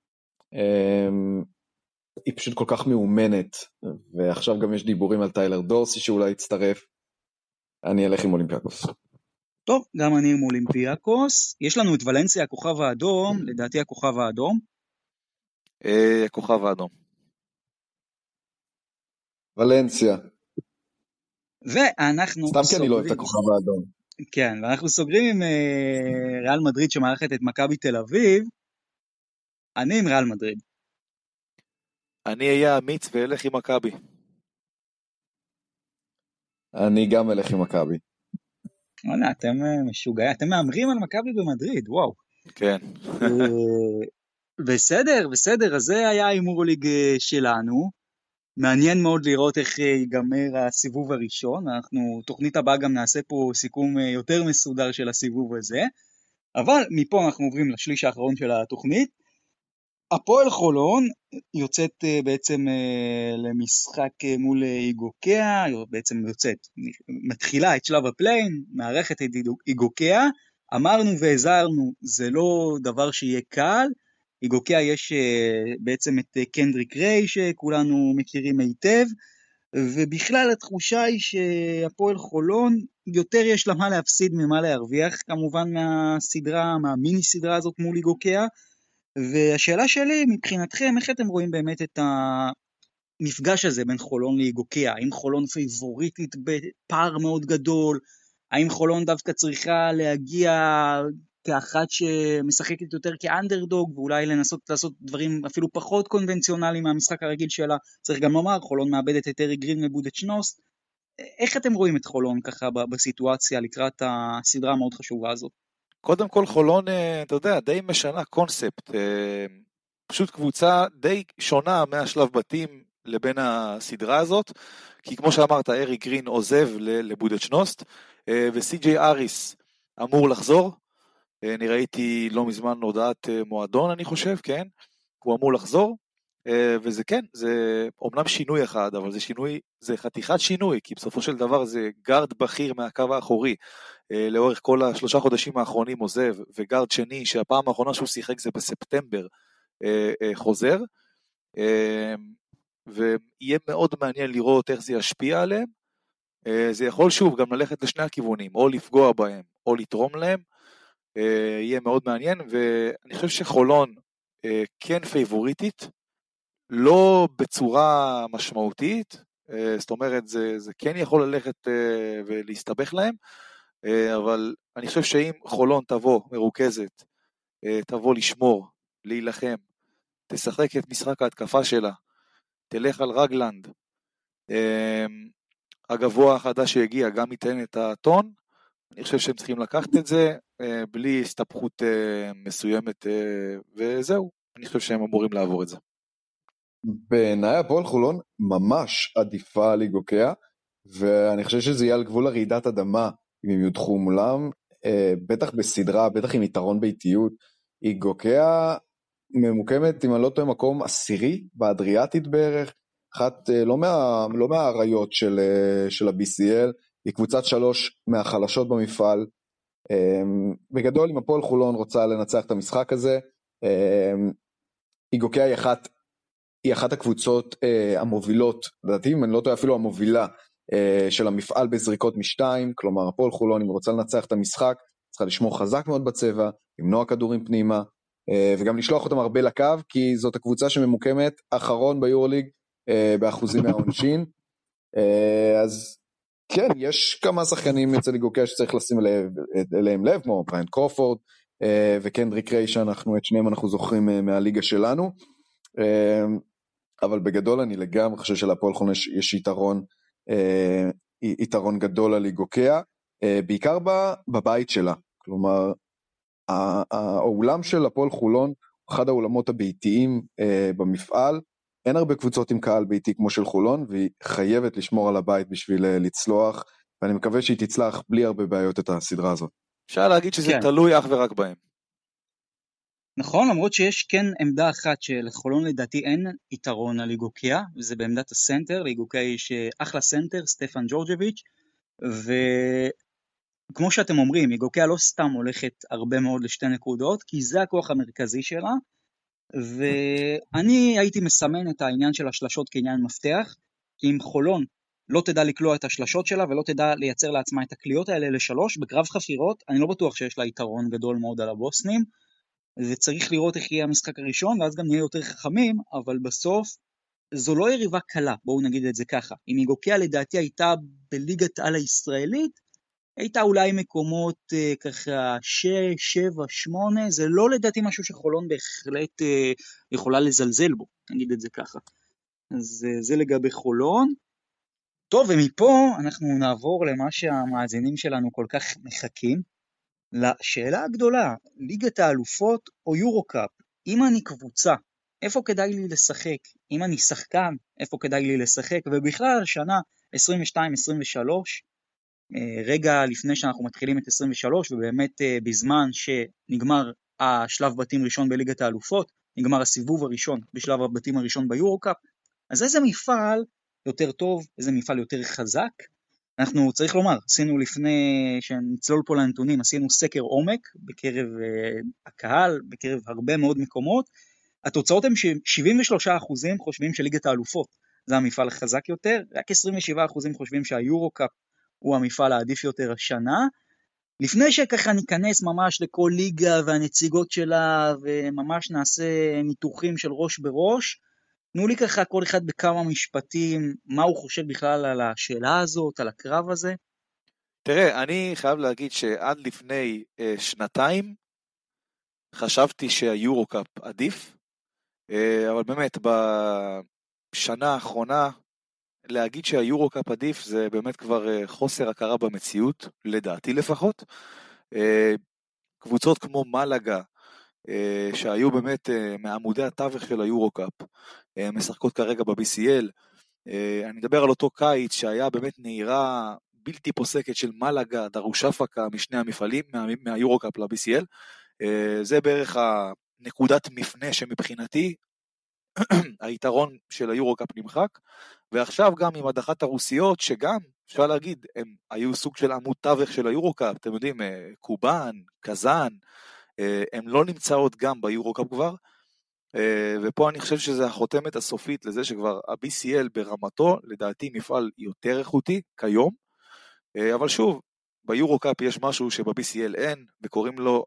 Speaker 4: היא פשוט כל כך מאומנת, ועכשיו גם יש דיבורים על טיילר דורסי שאולי יצטרף. אני אלך עם אולימפיאקוס.
Speaker 2: טוב, גם אני עם אולימפיאקוס. יש לנו את ולנסיה, הכוכב האדום, לדעתי הכוכב האדום.
Speaker 3: הכוכב האדום.
Speaker 4: ולנסיה.
Speaker 2: ואנחנו
Speaker 4: סתם כי אני לא אוהב את הכוכב האדום.
Speaker 2: כן, ואנחנו סוגרים עם ריאל מדריד שמארחת את מכבי תל אביב. אני עם ריאל מדריד.
Speaker 3: אני אהיה אמיץ ואלך עם מכבי.
Speaker 4: אני גם אלך עם מכבי.
Speaker 2: וואלה, אתם משוגעים, אתם מאמרים על מכבי במדריד, וואו.
Speaker 3: כן.
Speaker 2: בסדר, אז זה היה ההימור ליג שלנו. מעניין מאוד לראות איך ייגמר הסיבוב הראשון, אנחנו תוכנית הבאה גם נעשה פה סיכום יותר מסודר של הסיבוב הזה, אבל מפה אנחנו עוברים לשליש האחרון של התוכנית. הפועל חולון יוצאת בעצם למשחק מול איגוקיה, בעצם מתחילה את שלב הפליין, מערכת את איגוקיה, אמרנו והזהרנו, זה לא דבר שיהיה קל, איגוקיה יש בעצם את קנדריק ריי שכולנו מכירים היטב, ובכלל התחושה היא שהפועל חולון יותר יש לה מה להפסיד ממה להרוויח, כמובן מהמיני סדרה הזאת מול איגוקיה, והשאלה שלי מבחינתכם, איך אתם רואים באמת את המפגש הזה בין חולון לאיגוקיה? האם חולון פייבוריטית בפער מאוד גדול? האם חולון דווקא צריכה להגיע כאחת שמשחקת יותר כאנדרדוג, ואולי לנסות לעשות דברים אפילו פחות קונבנציונליים מהמשחק הרגיל שלה? צריך גם לומר, חולון מאבדת את ארי גרין מבודדשנוסט. איך אתם רואים את חולון ככה בסיטואציה לקראת הסדרה המאוד חשובה הזאת?
Speaker 3: קודם כל חולון, אתה יודע, די משנה קונספט, פשוט קבוצה די שונה מהשלב בתים לבין הסדרה הזאת, כי כמו שאמרת, ארי גרין עוזב לבודדשנוסט, וסי.ג'יי אריס אמור לחזור, אני ראיתי לא מזמן הודעת מועדון, אני חושב, כן, הוא אמור לחזור, וזה כן, זה אומנם שינוי אחד, אבל זה שינוי, זה חתיכת שינוי, כי בסופו של דבר זה גארד בכיר מהקו האחורי, לאורך כל 3 חודשים האחרונים עוזב, וגארד שני שהפעם האחרונה שהוא שיחק זה בספטמבר חוזר, ויהיה מאוד מעניין לראות איך זה ישפיע עליהם. זה יכול שוב גם ללכת לשני הכיוונים, או לפגוע בהם או לתרום להם, יהיה מאוד מעניין. ואני חושב שחולון כן פייבוריטית, לא בצורה משמעותית, זאת אומרת זה כן יכול ללכת ולהסתבך להם, אבל אני חושב שאם חולון תבוא מרוכזת, תבוא לשמור, להילחם, תשחק את משחק ההתקפה שלה, תלך על רגלנד, הגבוה החדש שהגיע גם ייתן את הטון, אני חושב שהם צריכים לקחת את זה, בלי הסתבכות מסוימת, וזהו, אני חושב שהם אמורים לעבור את זה.
Speaker 4: בעיניי הפועל חולון ממש עדיפה על איגוקיה, ואני חושב שזה יהיה על גבול הרעידת אדמה, אם הם יודחו מולם, בטח בסדרה, בטח עם יתרון ביתיות. איגוקיה ממוקמת, אם אני לא טועה, מקום 10 באדריאטית בערך, אחת לא מהעריות של ה-BCL, היא קבוצת 3 מהחלשות במפעל. בגדול, אם הפועל חולון רוצה לנצח את המשחק הזה, איגוקיה היא אחת היא אחת הקבוצות המובילות, לדעתי אם אני לא טועה אפילו המובילה של המפעל בזריקות משתיים, כלומר הפועל חולון אם רוצה לנצח את המשחק, צריכה לשמור חזק מאוד בצבע, למנוע כדורים פנימה, וגם לשלוח אותם הרבה לקו, כי זאת הקבוצה שממוקמת אחרון ביורוליג באחוזים מהעונשין, אז כן, יש כמה שחקנים אצל ליגוקיה שצריך לשים אליהם לב, כמו בריין קרופורד, וקנדריק ריי שאנחנו את שניהם אנחנו זוכרים מהליגה שלנו, אבל בגדול אני לגמרי חושב שלהפועל חולון יש יתרון גדול על ליגוקיה, בעיקר בבית שלה, כלומר האולם של הפועל חולון, אחד האולמות הביתיים במפעל, אין הרבה קבוצות עם קהל ביתי כמו של חולון, והיא חייבת לשמור על הבית בשביל לצלוח, ואני מקווה שהיא תצלח בלי הרבה בעיות את הסדרה הזאת.
Speaker 3: אפשר להגיד שזה תלוי אך ורק בהם.
Speaker 2: נכון, למרות שיש כן עמדה אחת שלחולון לדעתי אין יתרון על ליגוקיה, וזה בעמדת הסנטר, ליגוקיה יש אחלה סנטר, סטפן ג'ורג'ביץ', וכמו שאתם אומרים, ליגוקיה לא סתם הולכת הרבה מאוד לשתי נקודות, כי זה הכוח המרכזי שלה, ואני הייתי מסמן את העניין של השלשות כעניין מפתח, כי אם חולון לא תדע לקלוע את השלשות שלה, ולא תדע לייצר לעצמה את הקליעות האלה לשלוש, בקרב חפירות, אני לא בטוח שיש לה יתרון גדול מאוד על הבוסנים, וצריך לראות איך יהיה המשחק הראשון, ואז גם נהיה יותר חכמים, אבל בסוף זו לא יריבה קלה, בואו נגיד את זה ככה. אם ליגוקיה לדעתי הייתה בליגת על הישראלית, הייתה אולי מקומות ככה 6, 7, 8, זה לא לדעתי משהו שחולון בהחלט יכולה לזלזל בו, נגיד את זה ככה. אז זה לגבי חולון. טוב, ומפה אנחנו נעבור למה שהמאזינים שלנו כל כך מחכים, לשאלה הגדולה, ליגת האלופות או יורו-קאפ, אם אני קבוצה, איפה כדאי לי לשחק? אם אני שחקן, איפה כדאי לי לשחק? ובכלל, שנה 22-23, רגע לפני שאנחנו מתחילים את 23, ובאמת בזמן שנגמר השלב בתים ראשון בליגת האלופות, נגמר הסיבוב הראשון בשלב הבתים הראשון ביורו-קאפ, אז איזה מפעל יותר טוב, איזה מפעל יותר חזק? אנחנו צריך לומר, עשינו לפני שנצלול פה לנתונים, עשינו סקר עומק בקרב הקהל, בקרב הרבה מאוד מקומות, התוצאות הן ש73% חושבים שליגת האלופות זה המפעל החזק יותר, רק 27% חושבים שהיורו-קאפ הוא המפעל העדיף יותר השנה. לפני שככה ניכנס ממש לכל ליגה והנציגות שלה, וממש נעשה ניתוחים של ראש בראש, תנו לי ככה כל אחד בכמה משפטים, מה הוא חושב בכלל על השאלה הזאת, על הקרב הזה.
Speaker 3: תראה, אני חייב להגיד שעד לפני שנתיים, חשבתי שהיורו-קאפ עדיף, אבל באמת בשנה האחרונה, להגיד שהיורו-קאפ עדיף זה באמת כבר חוסר הכרה במציאות, לדעתי לפחות. קבוצות כמו מלאגה, שהיו באמת מעמודי התווך של היורו-קאפ, משחקות כרגע ב-BCL. אני מדבר על אותו קיץ שהיה באמת נהירה בלתי פוסקת של מלאגה, דרושפקה, משני המפעלים, מהיורו-קאפ ל-BCL. זה בערך הנקודת מפנה שמבחינתי, היתרון של היורו-קאפ נמחק, ועכשיו גם עם הדחת הרוסיות, שגם, אפשר להגיד, הם היו סוג של עמוד תווך של היורו-קאפ, אתם יודעים, קובן, קזן, הם לא נמצאות גם ביורו-קאפ כבר, ופה אני חושב שזה החותמת הסופית לזה שכבר ה-BCL ברמתו, לדעתי מפעל יותר איכותי כיום, אבל שוב, ביורו-קאפ יש משהו שב-BCL אין, וקוראים לו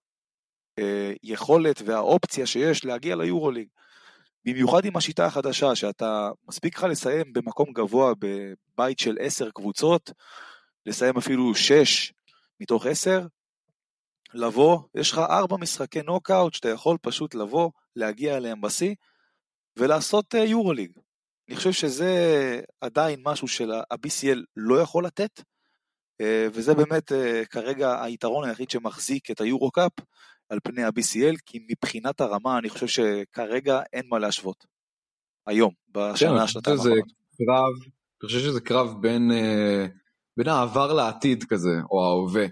Speaker 3: היכולת והאופציה שיש להגיע ליורוליג, במיוחד עם השיטה החדשה, שאתה מספיק לך לסיים במקום גבוה בבית של 10 קבוצות, לסיים אפילו 6 מתוך 10, לבוא, יש לך 4 משחקי נוקאוט, שאתה יכול פשוט לבוא, להגיע אליהם בשיא, ולעשות יורוליג. אני חושב שזה עדיין משהו שה-BCL לא יכול לתת, וזה באמת כרגע היתרון היחיד שמחזיק את היורו-קאפ, על פני ה-BCL, כי מבחינת הרמה אני חושב שכרגע אין מה להשוות. היום, בשנה השנתיים האחרונות.
Speaker 4: אני חושב שזה קרב בין העבר לעתיד כזה, או ההווה.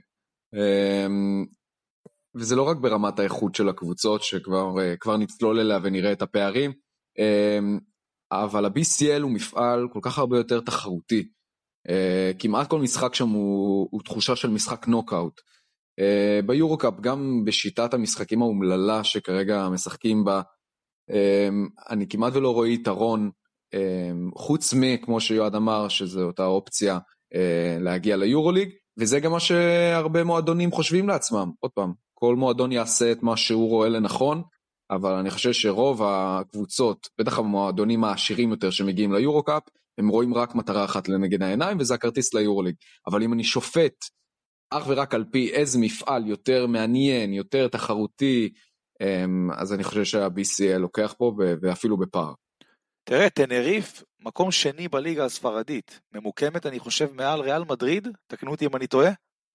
Speaker 4: וזה לא רק ברמת האיכות של הקבוצות, שכבר נצלול אליה ונראה את הפערים, אבל ה-BCL הוא מפעל כל כך הרבה יותר תחרותי. כמעט כל משחק שם הוא תחושה של משחק נוקאוט. ביורו-קאפ, גם בשיטת המשחקים האומללה שכרגע משחקים בה, אני כמעט ולא רואה יתרון, חוץ כמו שיועד אמר, שזו אותה אופציה להגיע ליורוליג, וזה גם מה שהרבה מועדונים חושבים לעצמם. עוד פעם, כל מועדון יעשה את מה שהוא רואה לנכון, אבל אני חושב שרוב הקבוצות, בטח המועדונים העשירים יותר שמגיעים ליורוקאפ, הם רואים רק מטרה אחת לנגד העיניים, וזה הכרטיס ליורוליג. אבל אם אני שופט אך ורק על פי איזה מפעל יותר מעניין, יותר תחרותי, אז אני חושב שה-BCL לוקח פה, ואפילו בפער.
Speaker 3: תראה, טנריף, מקום שני בליגה הספרדית, ממוקמת, אני חושב, מעל ריאל מדריד, תקנו אותי אם אני טועה.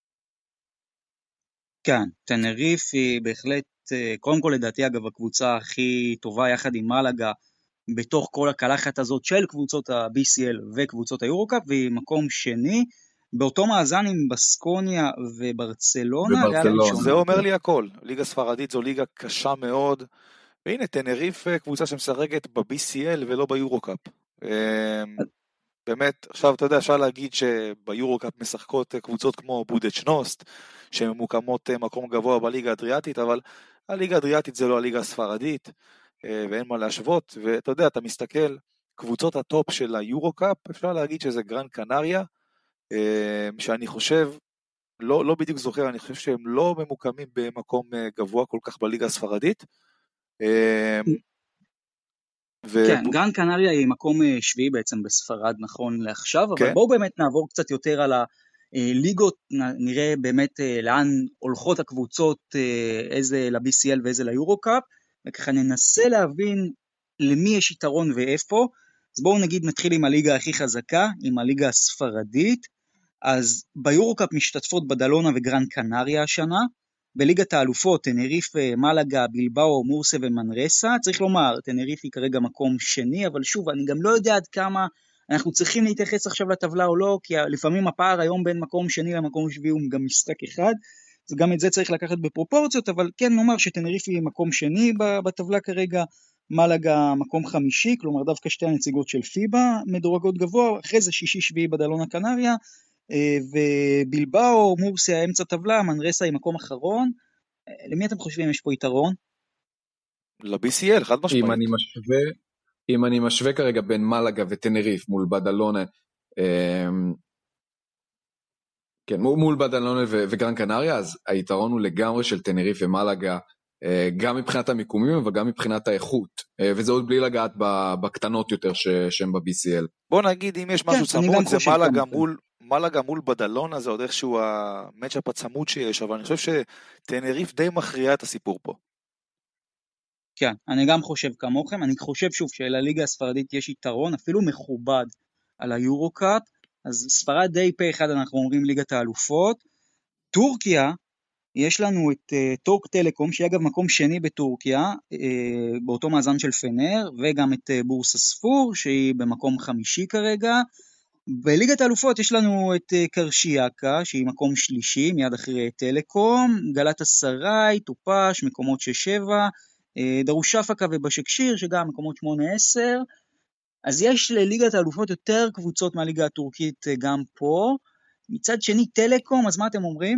Speaker 2: כן, טנריף היא בהחלט, קודם כל לדעתי אגב הקבוצה הכי טובה יחד עם מלאגה, בתוך כל הקלחת הזאת של קבוצות ה-BCL וקבוצות היורוקאפ, והיא מקום שני, באותו מאזן עם בסקוניה וברצלונה.
Speaker 3: זה אומר לי הכל, ליגה ספרדית זו ליגה קשה מאוד, והנה טנריף קבוצה שמשחקת ב-BCL ולא ביורוקאפ. באמת, עכשיו אתה יודע, אפשר להגיד שביורוקאפ משחקות קבוצות כמו בודצ'נוסט, שממוקמות מקום גבוה בליגה הדריאטית, אבל הליגה הדריאטית זה לא הליגה הספרדית, ואין מה להשוות, ואתה יודע, אתה מסתכל, קבוצות הטופ של היורוקאפ, אפשר להגיד שזה גרן קנריה, שאני חושב, לא בדיוק זוכר, אני חושב שהם לא ממוקמים במקום גבוה כל כך בליגה הספרדית.
Speaker 2: כן, גרן קנריה היא מקום שביעי בעצם בספרד נכון לעכשיו, אבל בואו באמת נעבור קצת יותר על הליגות, נראה באמת לאן הולכות הקבוצות, איזה ל-BCL ואיזה ליורוקאפ, וככה ננסה להבין למי יש יתרון ואיפה. אז בואו נגיד נתחיל עם הליגה הכי חזקה, עם הליגה הספרדית. אז ביורוקאפ משתתפות בדלונה וגרן קנריה השנה, בליגת האלופות טנריף, מלאגה, בילבאו, מורסה ומנרסה. צריך לומר, טנריף היא כרגע מקום שני, אבל שוב, אני גם לא יודע עד כמה אנחנו צריכים להתייחס עכשיו לטבלה או לא, כי לפעמים הפער היום בין מקום שני למקום שביעי הוא גם משחק אחד, אז גם את זה צריך לקחת בפרופורציות, אבל כן נאמר שטנריף היא מקום שני בטבלה כרגע, מלאגה מקום חמישי, כלומר דווקא שתי הנציגות של פיבה מדורגות גבוה, אחרי זה שישי שביעי בדלונה קנריה, ובילבאו, מורסיה, אמצע טבלה, מנרסה היא מקום אחרון. למי אתם חושבים יש פה יתרון?
Speaker 3: ל-BCL, חד משמעית.
Speaker 4: אם אני משווה כרגע בין מלאגה וטנריף מול בדלונה, כן, מול בדלונה וגרן קנריה, אז היתרון הוא לגמרי של טנריף ומלאגה, גם מבחינת המיקומים, אבל גם מבחינת האיכות, וזה עוד בלי לגעת בקטנות יותר שהן ב-BCL.
Speaker 3: בוא נגיד, אם יש משהו צמוד, זה מלאגה מול בדלונה, זה עוד איכשהו המאצ'אפ הצמוד שיש, אבל אני חושב שטנריף די מכריע את הסיפור פה.
Speaker 2: כן, אני גם חושב כמוכם, אני חושב שוב שלליגה הספרדית יש יתרון, אפילו מכובד על היורוקאפ, אז ספרד די פה אחד אנחנו אומרים ליגת האלופות. טורקיה, יש לנו את טורק טלקום, שהיא אגב מקום שני בטורקיה, באותו מאזן של פנר, וגם את בורסה ספור, שהיא במקום חמישי כרגע. בליגת האלופות יש לנו את קרשיאקה, שהיא מקום שלישי, מיד אחרי טלקום, גלת הסראי, טופש, מקומות 6-7, דרושפקה ובשקשיר, שגם מקומות 8-10, אז יש לליגת האלופות יותר קבוצות מהליגה הטורקית גם פה. מצד שני טלקום, אז מה אתם אומרים?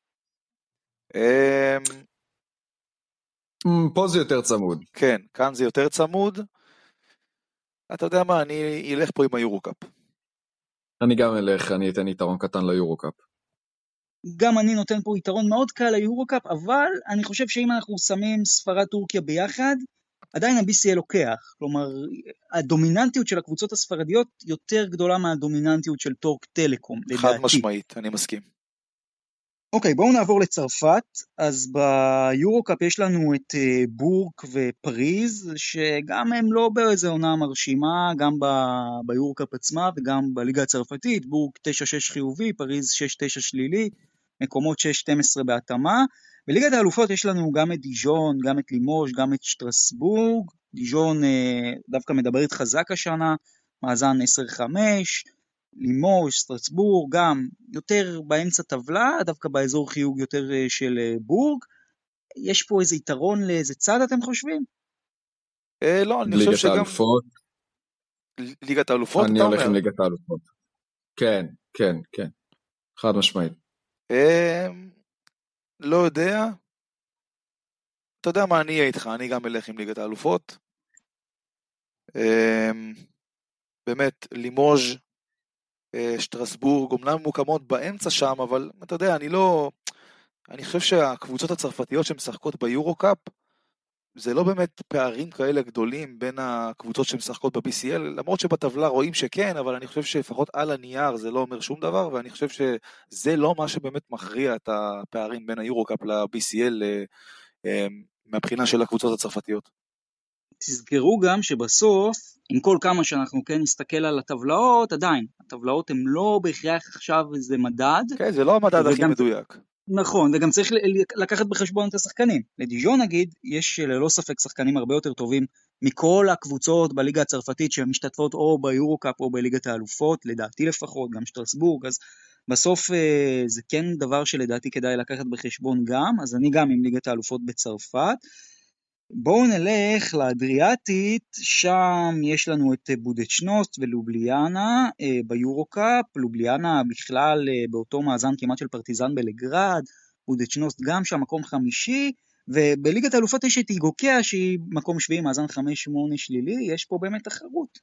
Speaker 4: פה זה יותר צמוד.
Speaker 3: כן, כאן זה יותר צמוד. אתה יודע מה, אני אלך פה עם היורוקאפ.
Speaker 4: אני גם אלך, אני אתן יתרון קטן ליורוקאפ.
Speaker 2: גם אני נותן פה יתרון מאוד קל ליורוקאפ, אבל אני חושב שאם אנחנו שמים ספרד טורקיה ביחד, עדיין ה-BCL לוקח. כלומר, הדומיננטיות של הקבוצות הספרדיות יותר גדולה מהדומיננטיות של טורק טלקום, לדעתי.
Speaker 3: חד משמעית, אני מסכים.
Speaker 2: אוקיי, בואו נעבור לצרפת. אז ביורוקאפ יש לנו את בורק ופריז, שגם הם לא באיזה עונה מרשימה, גם ביורוקאפ עצמה וגם בליגה הצרפתית. בורק 9-6 חיובי, פריז 6-9 שלילי, מקומות 6-12 בהתאמה. בליגת האלופות יש לנו גם את דיז'ון, גם את לימוש, גם את שטרסבורג. דיז'ון דווקא מדברת חזק השנה, מאזן 10-5, לימוש, שטרסבורג, גם יותר באמצע טבלה, דווקא באזור חיוג יותר של בורג. יש פה איזה יתרון לאיזה צד אתם חושבים?
Speaker 3: לא, אני חושב שגם... ליגת האלופות,
Speaker 4: אני הולך עם ליגת האלופות. כן, כן, כן. חד משמעית.
Speaker 3: לא יודע. אתה יודע מה, אני אהיה איתך, אני גם אלך עם ליגת האלופות. באמת, לימוז', שטרסבורג, אומנם מוקמות באמצע שם, אבל אתה יודע, אני חושב שהקבוצות הצרפתיות שמשחקות ביורו-קאפ, זה לא באמת פערים כאלה גדולים בין הקבוצות שמשחקות ב-BCL, למרות שבטבלה רואים שכן, אבל אני חושב שלפחות על הנייר זה לא אומר שום דבר, ואני חושב שזה לא מה שבאמת מכריע את הפערים בין היורו-קאפ ל-BCL מהבחינה של הקבוצות הצרפתיות.
Speaker 2: תזכרו גם שבסוף, עם כל כמה שאנחנו כן נסתכל על הטבלאות, עדיין, הטבלאות הן לא בהכרח עכשיו איזה מדד.
Speaker 3: כן, זה לא המדד הכי מדויק.
Speaker 2: נכון, וגם צריך לקחת בחשבון את השחקנים. לדיז'ון נגיד, יש ללא ספק שחקנים הרבה יותר טובים מכל הקבוצות בליגה הצרפתית שמשתתפות או ביורו-קאפ או בליגת האלופות, לדעתי לפחות, גם שטרסבורג, אז בסוף זה כן דבר שלדעתי כדאי לקחת בחשבון גם, אז אני גם עם ליגת האלופות בצרפת. בואו נלך לאדריאטית, שם יש לנו את בודצ'נוסט ולובליאנה ביורו-קאפ, לובליאנה בכלל באותו מאזן כמעט של פרטיזן בלגרד, בודצ'נוסט גם שם מקום חמישי, ובליגת האלופות יש את איגוקיה שהיא מקום שביעי, מאזן 5-8 שלילי, יש פה באמת תחרות.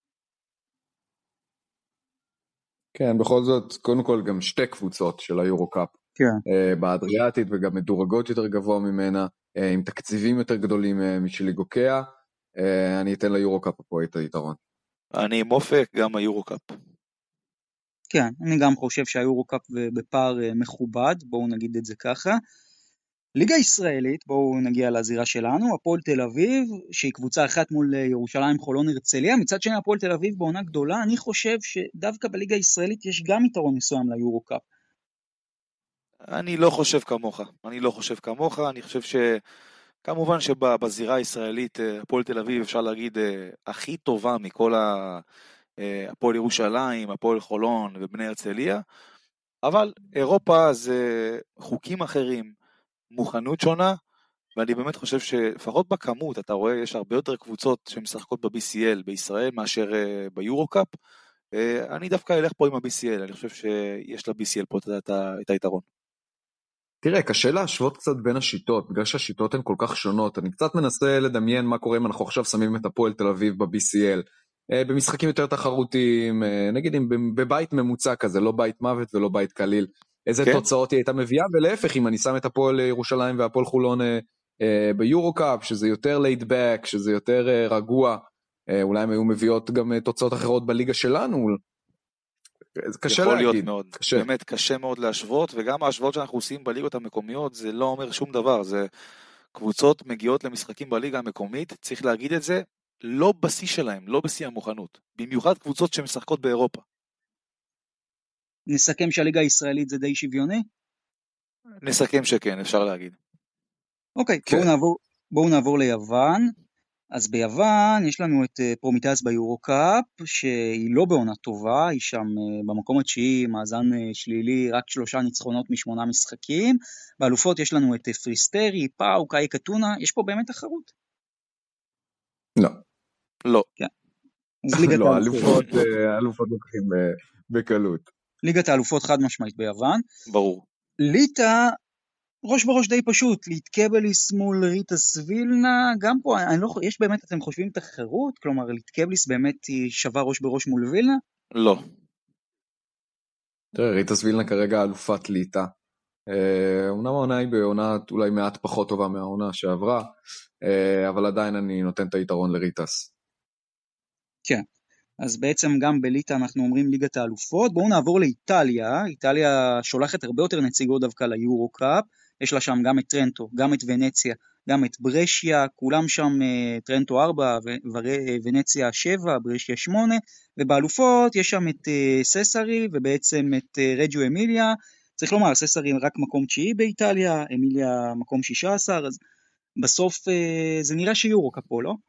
Speaker 4: כן, בכל זאת, קודם כל גם שתי קבוצות של היורו-קאפ,
Speaker 2: כן.
Speaker 4: באדריאטית וגם מדורגות יותר גבוה ממנה, עם תקציבים יותר גדולים משל איגוקיה, אני אתן ליורו-קאפ פה את היתרון.
Speaker 3: אני מופק גם היורו-קאפ.
Speaker 2: כן, אני גם חושב שהיורו-קאפ בפער מכובד, בואו נגיד את זה ככה. ליגה ישראלית, בואו נגיע לזירה שלנו, הפועל תל אביב, שהיא קבוצה אחת מול ירושלים חולון הרצליה, מצד שני הפועל תל אביב בעונה גדולה, אני חושב שדווקא בליגה הישראלית יש גם יתרון מסוים ליורו-קאפ.
Speaker 3: אני לא חושב כמוך, אני חושב כמובן שבזירה הישראלית הפועל תל אביב אפשר להגיד הכי טובה מכל הפועל ירושלים, הפועל חולון ובני הרצליה, אבל אירופה זה חוקים אחרים, מוכנות שונה, ואני באמת חושב שלפחות בכמות אתה רואה יש הרבה יותר קבוצות שמשחקות ב-BCL בישראל מאשר ביורו-קאפ, אני דווקא אלך פה עם ה-BCL, אני חושב שיש ל-BCL פה את היתרון.
Speaker 4: תראה, קשה להשוות קצת בין השיטות, בגלל שהשיטות הן כל כך שונות, אני קצת מנסה לדמיין מה קורה אם אנחנו עכשיו שמים את הפועל תל אביב ב-BCL, במשחקים יותר תחרותיים, נגיד אם בבית ממוצע כזה, לא בית מוות ולא בית קליל, איזה כן? תוצאות היא הייתה מביאה, ולהפך אם אני שם את הפועל ירושלים והפועל חולון ביורו-קאפ, שזה יותר laid back, שזה יותר רגוע, אולי הם היו מביאות גם תוצאות אחרות בליגה שלנו, קשה
Speaker 3: יכול
Speaker 4: להגיד.
Speaker 3: להיות מאוד, קשה. באמת קשה מאוד להשוות, וגם ההשוואות שאנחנו עושים בליגות המקומיות, זה לא אומר שום דבר, זה קבוצות מגיעות למשחקים בליגה המקומית, צריך להגיד את זה, לא בשיא שלהם, לא בשיא המוכנות, במיוחד קבוצות שמשחקות באירופה.
Speaker 2: נסכם שהליגה הישראלית זה די שוויוני?
Speaker 3: נסכם שכן, אפשר להגיד.
Speaker 2: אוקיי, כן. בואו נעבור ליוון. אז ביוון יש לנו את פרומיטאס ביורו-קאפ, שהיא לא בעונה טובה, היא שם במקום התשיעי, מאזן שלילי, רק 3 ניצחונות מ8 משחקים. באלופות יש לנו את פריסטרי, פאו, קאי קטונה, יש פה באמת תחרות?
Speaker 4: לא.
Speaker 3: לא.
Speaker 2: כן.
Speaker 4: לא, האלופות לוקחים בקלות.
Speaker 2: ליגת האלופות חד משמעית ביוון.
Speaker 3: ברור.
Speaker 2: ליטא, ראש בראש די פשוט, ליטקבליס מול ריטס וילנה, גם פה, יש באמת, אתם חושבים תחרות? כלומר, ליטקבליס באמת היא שווה ראש בראש מול וילנה?
Speaker 3: לא.
Speaker 4: תראה, ריטס וילנה כרגע אלופת ליטא. אומנם העונה היא בעונה אולי מעט פחות טובה מהעונה שעברה, אבל עדיין אני נותן את היתרון לריטס.
Speaker 2: כן. אז בעצם גם בליטא אנחנו אומרים ליגת האלופות. בואו נעבור לאיטליה. איטליה שולחת הרבה יותר נציגות דווקא ליורו-קאפ. יש לה שם גם את טרנטו, גם את ונציה, גם את ברשיה, כולם שם טרנטו 4, ונציה 7, ברשיה 8, ובאלופות יש שם את ססרי ובעצם את רג'ו אמיליה. צריך לומר, ססרי רק מקום 9 באיטליה, אמיליה מקום 16, אז בסוף זה נראה שיורו-קאפ פה, לא?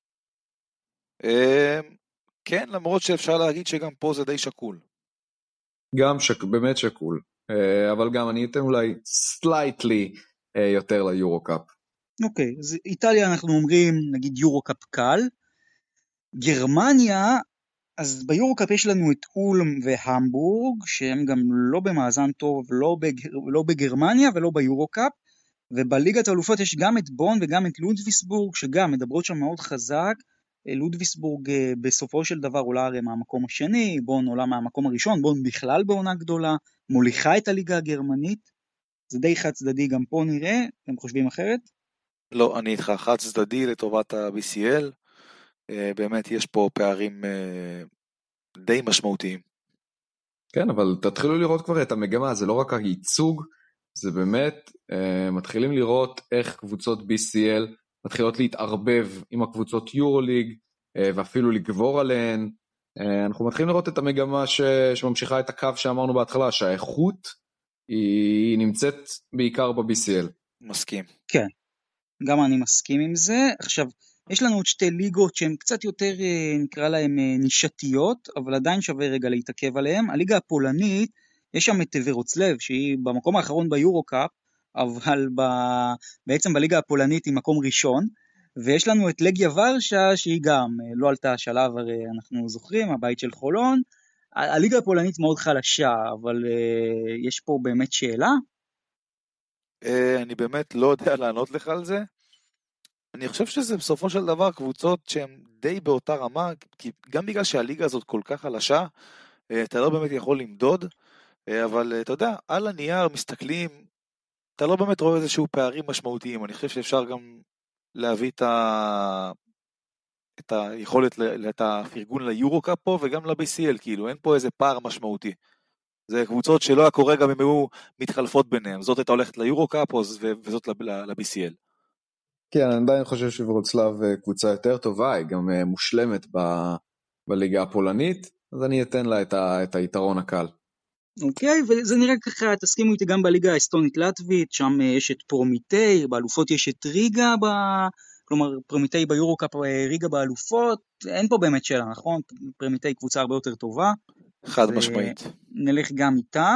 Speaker 3: כן, למרות שאפשר להגיד שגם פה זה די שקול.
Speaker 4: גם באמת שקול, אבל גם אני אתן אולי סלייטלי יותר ליורו-קאפ.
Speaker 2: אוקיי, אז איטליה אנחנו אומרים נגיד יורו-קאפ קל. גרמניה, אז ביורו-קאפ יש לנו את אולם והמבורג, שהם גם לא במאזן טוב, לא בגרמניה ולא ביורו-קאפ, ובליגת האלופות יש גם את בון וגם את לודוויסבורג, שגם מדברות שם מאוד חזק, לודוויסבורג בסופו של דבר עולה הרי מהמקום השני, בון עולה מהמקום הראשון, בון בכלל בעונה גדולה, מוליכה את הליגה הגרמנית, זה די חד צדדי גם פה נראה, אתם חושבים אחרת?
Speaker 3: לא, אני איתך חד צדדי לטובת ה-BCL, באמת יש פה פערים די משמעותיים.
Speaker 4: כן, אבל תתחילו לראות כבר את המגמה, זה לא רק הייצוג, זה באמת, מתחילים לראות איך קבוצות BCL מתחילות להתערבב עם הקבוצות יורוליג, ואפילו לגבור עליהן. אנחנו מתחילים לראות את המגמה שממשיכה את הקו שאמרנו בהתחלה, שהאיכות היא נמצאת בעיקר ב-BCL.
Speaker 3: מסכים.
Speaker 2: כן, גם אני מסכים עם זה. עכשיו, יש לנו עוד שתי ליגות שהן קצת יותר, נקרא להן נישתיות, אבל עדיין שווה רגע להתעכב עליהן. הליגה הפולנית, יש שם את ורוצלב, שהיא במקום האחרון ביורו-קאפ, אבל בעצם בליגה הפולנית היא מקום ראשון, ויש לנו את לגיה ורשה, שהיא גם לא עלתה שלב, הרי אנחנו זוכרים, הבית של חולון. הליגה הפולנית מאוד חלשה, אבל יש פה באמת שאלה.
Speaker 3: אני באמת לא יודע לענות לך על זה. אני חושב שזה בסופו של דבר קבוצות שהן די באותה רמה, כי גם בגלל שהליגה הזאת כל כך חלשה, אתה לא באמת יכול למדוד, אבל אתה יודע, על הנייר מסתכלים, אתה לא באמת רואה איזשהו פערים משמעותיים. אני חושב שאפשר גם להביא את היכולת, את הפרגון ליורו-קאפ פה, וגם ל-BCL, כאילו, אין פה איזה פער משמעותי. זה קבוצות שלא היה קורה גם אם היו מתחלפות ביניהם, זאת הייתה הולכת ליורו-קאפ, וזאת ל-BCL.
Speaker 4: כן, אני עדיין חושב שוורוצלב קבוצה יותר טובה, היא גם מושלמת בליגה הפולנית, אז אני אתן לה את היתרון הקל.
Speaker 2: אוקיי, וזה נראה ככה, תסכימו איתי גם בליגה האסטונית-לטבית, שם יש את פרומיטי, באלופות יש את ריגה, כלומר פרומיטי ביורו-קאפ, ריגה באלופות, אין פה באמת שאלה, נכון? פרומיטי קבוצה הרבה יותר טובה.
Speaker 3: חד משמעית.
Speaker 2: נלך גם איתה,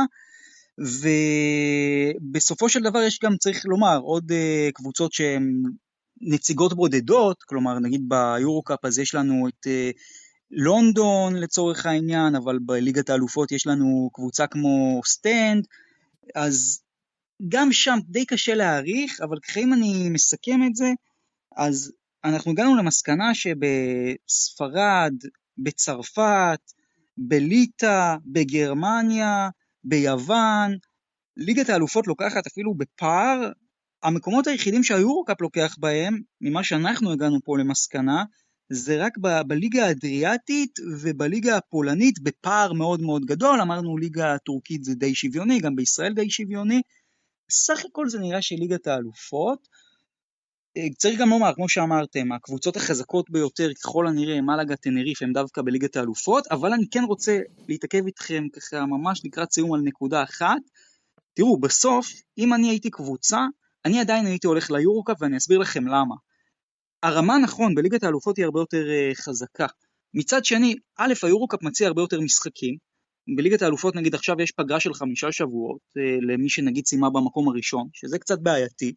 Speaker 2: ובסופו של דבר יש גם, צריך לומר, עוד קבוצות שהן נציגות בודדות, כלומר נגיד ביורו-קאפ אז יש לנו את לונדון לצורך העניין, אבל בליגת האלופות יש לנו קבוצה כמו סטנד, אז גם שם די קשה להעריך, אבל ככה אני מסכם את זה, אז אנחנו הגענו למסקנה שבספרד, בצרפת, בליטא, בגרמניה, ביוון, ליגת האלופות לוקחת אפילו בפער, המקומות היחידים שהיורוקאפ לוקח בהם, ממה שאנחנו הגענו פה למסקנה, זה רק בליגה האדריאטית ובליגה הפולנית בפער מאוד מאוד גדול, אמרנו ליגה הטורקית זה די שוויוני, גם בישראל די שוויוני, בסך הכל זה נראה שליגת האלופות, צריך גם לומר, כמו שאמרתם, הקבוצות החזקות ביותר ככל הנראה, מלאגה טנריף הם דווקא בליגת האלופות, אבל אני כן רוצה להתעכב איתכם ככה ממש לקראת סיום על נקודה אחת, תראו, בסוף, אם אני הייתי קבוצה, אני עדיין הייתי הולך ליורוקאפ ואני אסביר לכם למה. הרמה נכון, בליגת האלופות היא הרבה יותר חזקה. מצד שני, א', היורוקאפ מציע הרבה יותר משחקים, בליגת האלופות נגיד עכשיו יש פגרה של 5 שבועות, למי שנגיד סיימה במקום הראשון, שזה קצת בעייתי,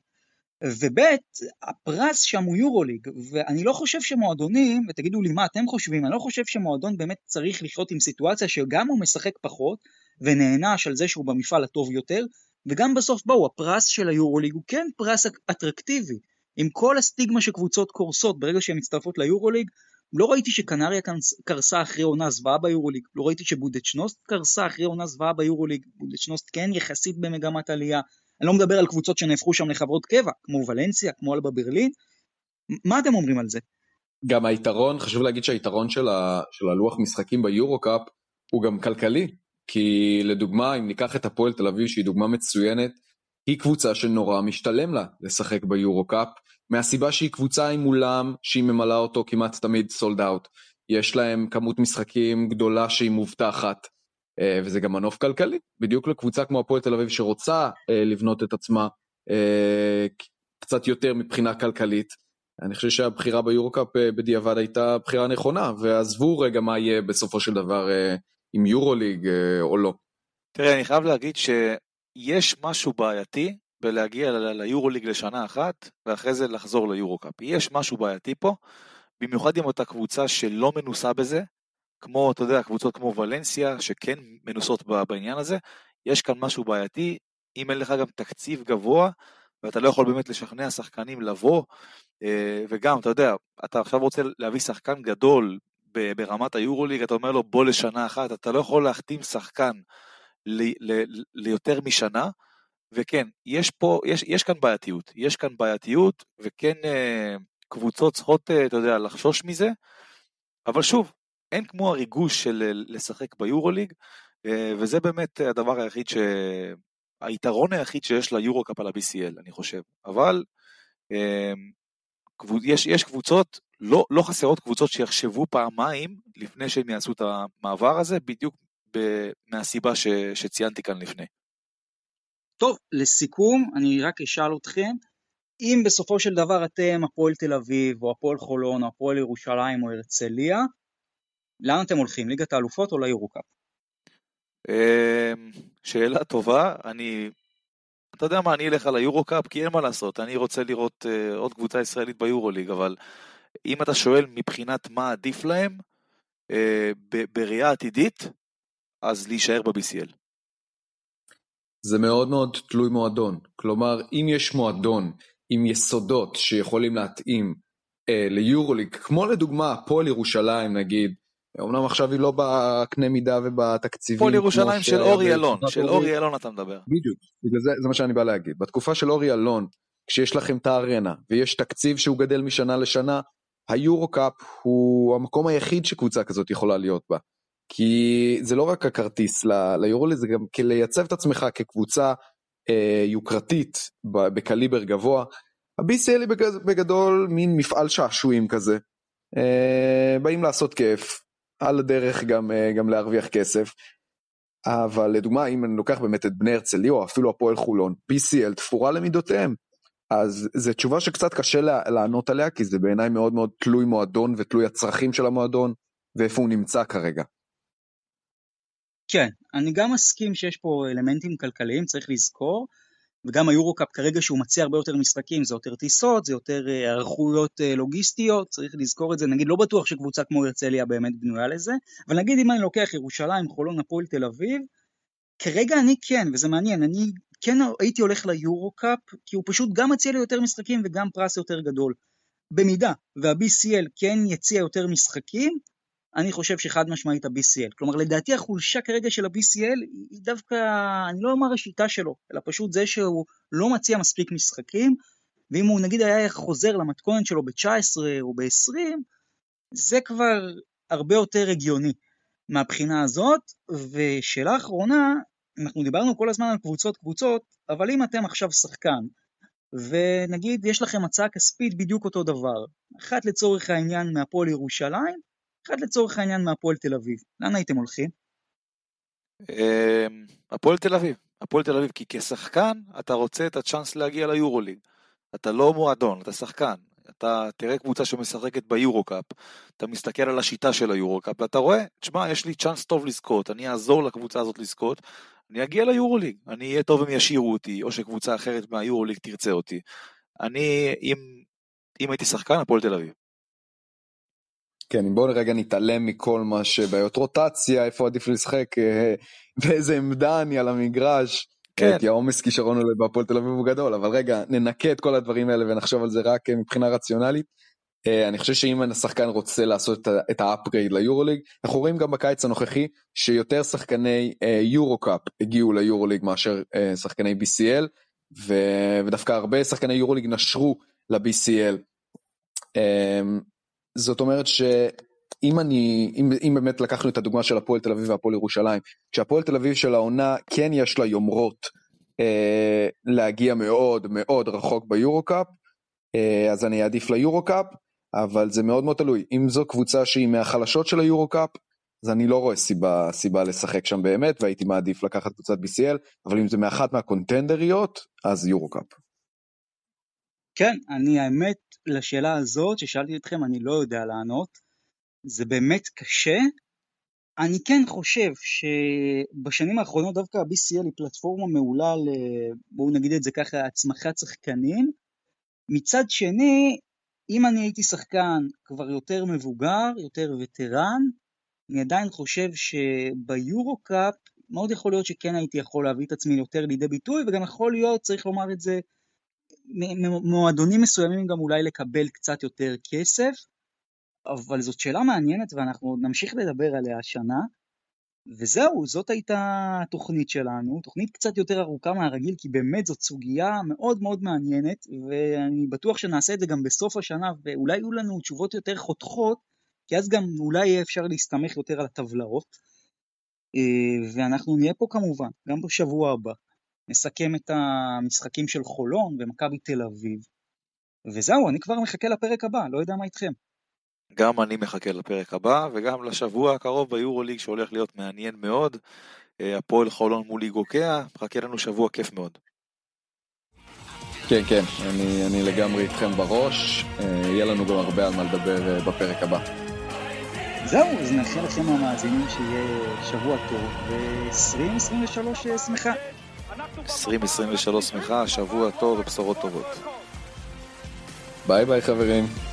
Speaker 2: ובית, הפרס שם הוא יורוליג, ואני לא חושב שמועדונים, ותגידו לי מה אתם חושבים, אני לא חושב שמועדון באמת צריך לחיות עם סיטואציה שגם הוא משחק פחות, ונהנש על זה שהוא במפעל הטוב יותר, וגם בסוף בואו, הפרס של היורוליג הוא כן פרס אטרקטיבי, עם כל הסטיגמה שקבוצות קורסות ברגע שהן מצטרפות ליורוליג, לא ראיתי שקנריה קרסה אחרי עונה זוועה ביורוליג, לא ראיתי שבודדשנוסט קרסה אחרי עונה זוועה ביורוליג, בודדשנוסט כן יחסית במגמת עלייה, אני לא מדבר על קבוצות שנהפכו שם לחברות קבע, כמו ולנסיה, כמו אלבה ברלין, מה אתם אומרים על זה?
Speaker 4: גם היתרון, חשוב להגיד שהיתרון של הלוח משחקים ביורוקאפ, הוא גם כלכלי, כי לדוגמה, אם ניקח את הפועל תל אביב, שהיא דוגמה מצוינת, היא קבוצה שנורא משתלם לה לשחק ביורוקאפ, מהסיבה שהיא קבוצה עם אולם, שהיא ממלאה אותו כמעט תמיד סולד אאוט, יש להם כמות משחקים גדולה שהיא מובטחת, וזה גם מנוף כלכלי, בדיוק לקבוצה כמו הפועל תל אביב שרוצה לבנות את עצמה קצת יותר מבחינה כלכלית. אני חושב שהבחירה ביורוקאפ בדיעבד הייתה בחירה נכונה, ועזבו רגע מה יהיה בסופו של דבר עם יורוליג או לא.
Speaker 3: תראה, אני חייב להגיד שיש משהו בעייתי בלהגיע ליורוליג לשנה אחת, ואחרי זה לחזור ליורוקאפ. יש משהו בעייתי פה, במיוחד עם אותה קבוצה שלא מנוסה בזה, כמו, אתה יודע, קבוצות כמו ולנסיה, שכן מנוסות בעניין הזה, יש כאן משהו בעייתי, אם אין לך גם תקציב גבוה, ואתה לא יכול באמת לשכנע שחקנים לבוא, וגם, אתה יודע, אתה עכשיו רוצה להביא שחקן גדול ברמת היורוליג, אתה אומר לו בוא לשנה אחת, אתה לא יכול להחתים שחקן ליותר משנה, וכן, יש כאן בעייתיות, וכן קבוצות צריכות, אתה יודע, לחשוש מזה, אבל שוב, אין כמו הריגוש של לשחק ביורוליג, וזה באמת הדבר היחיד היתרון היחיד שיש ליורוקאפ על ה-BCL, אני חושב. אבל יש קבוצות, לא חסרות קבוצות שיחשבו פעמיים לפני שהם יעשו את המעבר הזה, בדיוק מהסיבה שציינתי כאן לפני.
Speaker 2: טוב, לסיכום, אני רק אשאל אתכם, אם בסופו של דבר אתם הפועל תל אביב, או הפועל חולון, או הפועל ירושלים, או הרצליה, לאן אתם הולכים? ליגת האלופות או ליורוקאפ?
Speaker 3: שאלה טובה, אתה יודע מה, אני אלך על היורוקאפ, כי אין מה לעשות, אני רוצה לראות עוד קבוצה ישראלית ביורוליג, אבל אם אתה שואל מבחינת מה עדיף להם, בראייה עתידית, אז להישאר ב-BCL.
Speaker 4: זה מאוד מאוד תלוי מועדון, כלומר אם יש מועדון עם יסודות שיכולים להתאים ליורוליג, כמו לדוגמה הפועל ירושלים נגיד, אמנם עכשיו היא לא בקנה מידה ובתקציבים.
Speaker 3: הפועל ירושלים של אורי אלון, של אורי אלון אתה מדבר.
Speaker 4: בדיוק, זה מה שאני בא להגיד. בתקופה של אורי אלון, כשיש לכם את הארנה, ויש תקציב שהוא גדל משנה לשנה, היורוקאפ הוא המקום היחיד שקבוצה כזאת יכולה להיות בה. כי זה לא רק הכרטיס ליורוליג, זה גם לייצב את עצמך כקבוצה יוקרתית בקליבר גבוה. ה-BCL היא בגדול מין מפעל שעשועים כזה. באים לעשות כיף, על הדרך גם להרוויח כסף. אבל לדוגמה, אם אני לוקח באמת את בני הרצליה, או אפילו הפועל חולון, BCL תפורה למידותיהם. אז זו תשובה שקצת קשה לענות עליה, כי זה בעיניי מאוד מאוד תלוי מועדון, ותלוי הצרכים של המועדון, ואיפה הוא נמצא כרגע.
Speaker 2: כן, אני גם מסכים שיש פה אלמנטים כלכליים, צריך לזכור, וגם היורוקאפ כרגע שהוא מציע הרבה יותר משחקים, זה יותר טיסות, זה יותר ערכויות לוגיסטיות, צריך לזכור את זה, נגיד לא בטוח שקבוצה כמו הרצליה באמת בנויה לזה, אבל נגיד אם אני לוקח ירושלים, חולון, הפועל תל אביב, כרגע אני כן, וזה מעניין, אני כן הייתי הולך ליורוקאפ, כי הוא פשוט גם מציע לי יותר משחקים וגם פרס יותר גדול. במידה וה-BCL כן יציע יותר משחקים, אני חושב שחד משמעית ה-BCL. כלומר, לדעתי החולשה כרגע של ה-BCL היא דווקא, אני לא אומר השיטה שלו, אלא פשוט זה שהוא לא מציע מספיק משחקים, ואם הוא נגיד היה חוזר למתכונת שלו ב-19 או ב-20, זה כבר הרבה יותר הגיוני מהבחינה הזאת. ושאלה אחרונה, אנחנו דיברנו כל הזמן על קבוצות, אבל אם אתם עכשיו שחקן, ונגיד יש לכם הצעה כספית בדיוק אותו דבר, אחת לצורך העניין מהפועל ירושלים, אחד לצורך העניין מהפועל תל אביב. לאן הייתם הולכים?
Speaker 3: הפועל תל אביב, כי כשחקן אתה רוצה את הצ'אנס להגיע ליורוליג. אתה לא מועדון, אתה שחקן. אתה תראה קבוצה שמשחקת ביורוקאפ, אתה מסתכל על השיטה של היורוקאפ, ואתה רואה, תשמע, יש לי צ'אנס טוב לזכות, אני אעזור לקבוצה הזאת לזכות, אני אגיע ליורוליג, אני אהיה טוב אם ישירו אותי, או שקבוצה אחרת מהיורוליג תרצה אותי. אם הייתי שחקן, הפועל תל אביב.
Speaker 4: כן, בואו רגע נתעלם מכל מה שבעיות רוטציה, איפה עדיף לשחק, באיזה עמדה אני על המגרש, כן. כי העומס כישרון עולה בהפועל תל אביב הוא גדול, אבל רגע, ננקה את כל הדברים האלה ונחשוב על זה רק מבחינה רציונלית. אני חושב שאם השחקן רוצה לעשות את האפגרייד ליורוליג, אנחנו רואים גם בקיץ הנוכחי, שיותר שחקני יורוקאפ הגיעו ליורוליג מאשר שחקני BCL, ודווקא הרבה שחקני יורוליג נשרו ל-BCL. זאת אומרת אם באמת לקחנו את הדוגמה של הפועל תל אביב והפועל ירושלים, כשהפועל תל אביב של העונה כן יש לה יומרות להגיע מאוד מאוד רחוק ביורוקאפ, אז אני אעדיף ליורוקאפ, אבל זה מאוד מאוד תלוי. אם זו קבוצה שהיא מהחלשות של היורוקאפ, אז אני לא רואה סיבה לשחק שם באמת, והייתי מעדיף לקחת קבוצת BCL, אבל אם זה מאחת מהקונטנדריות, אז יורוקאפ.
Speaker 2: כן, אני האמת לשאלה הזאת ששאלתי אתכם, אני לא יודע לענות, זה באמת קשה. אני כן חושב שבשנים האחרונות דווקא ה-BCL היא פלטפורמה מעולה בואו נגיד את זה ככה, הצמחת שחקנים. מצד שני, אם אני הייתי שחקן כבר יותר מבוגר, יותר וטרן, אני עדיין חושב שביורוקאפ מאוד יכול להיות שכן הייתי יכול להביא את עצמי יותר לידי ביטוי, וגם יכול להיות, צריך לומר את זה, מועדונים מסוימים גם אולי לקבל קצת יותר כסף, אבל זאת שאלה מעניינת ואנחנו עוד נמשיך לדבר עליה השנה, וזהו, זאת הייתה התוכנית שלנו, תוכנית קצת יותר ארוכה מהרגיל, כי באמת זאת סוגיה מאוד מאוד מעניינת, ואני בטוח שנעשה את זה גם בסוף השנה, ואולי יהיו לנו תשובות יותר חותכות, כי אז גם אולי יהיה אפשר להסתמך יותר על הטבלאות, ואנחנו נהיה פה כמובן, גם בשבוע הבא, נסכם את המשחקים של חולון ומכבי תל אביב, וזהו, אני כבר מחכה לפרק הבא, לא יודע מה איתכם.
Speaker 3: גם אני מחכה לפרק הבא, וגם לשבוע הקרוב ביורוליג שהולך להיות מעניין מאוד. הפועל חולון מול ליגוקיה, מחכה לנו שבוע כיף מאוד.
Speaker 4: כן, כן, אני לגמרי איתכם בראש, יהיה לנו גם הרבה על מה לדבר בפרק הבא.
Speaker 2: זהו, אז נאחל לכם המאזינים שיהיה שבוע טוב, ו-2023 שמחה.
Speaker 3: 2023 שמחה, שבוע טוב ובשורות טובות.
Speaker 4: ביי ביי חברים.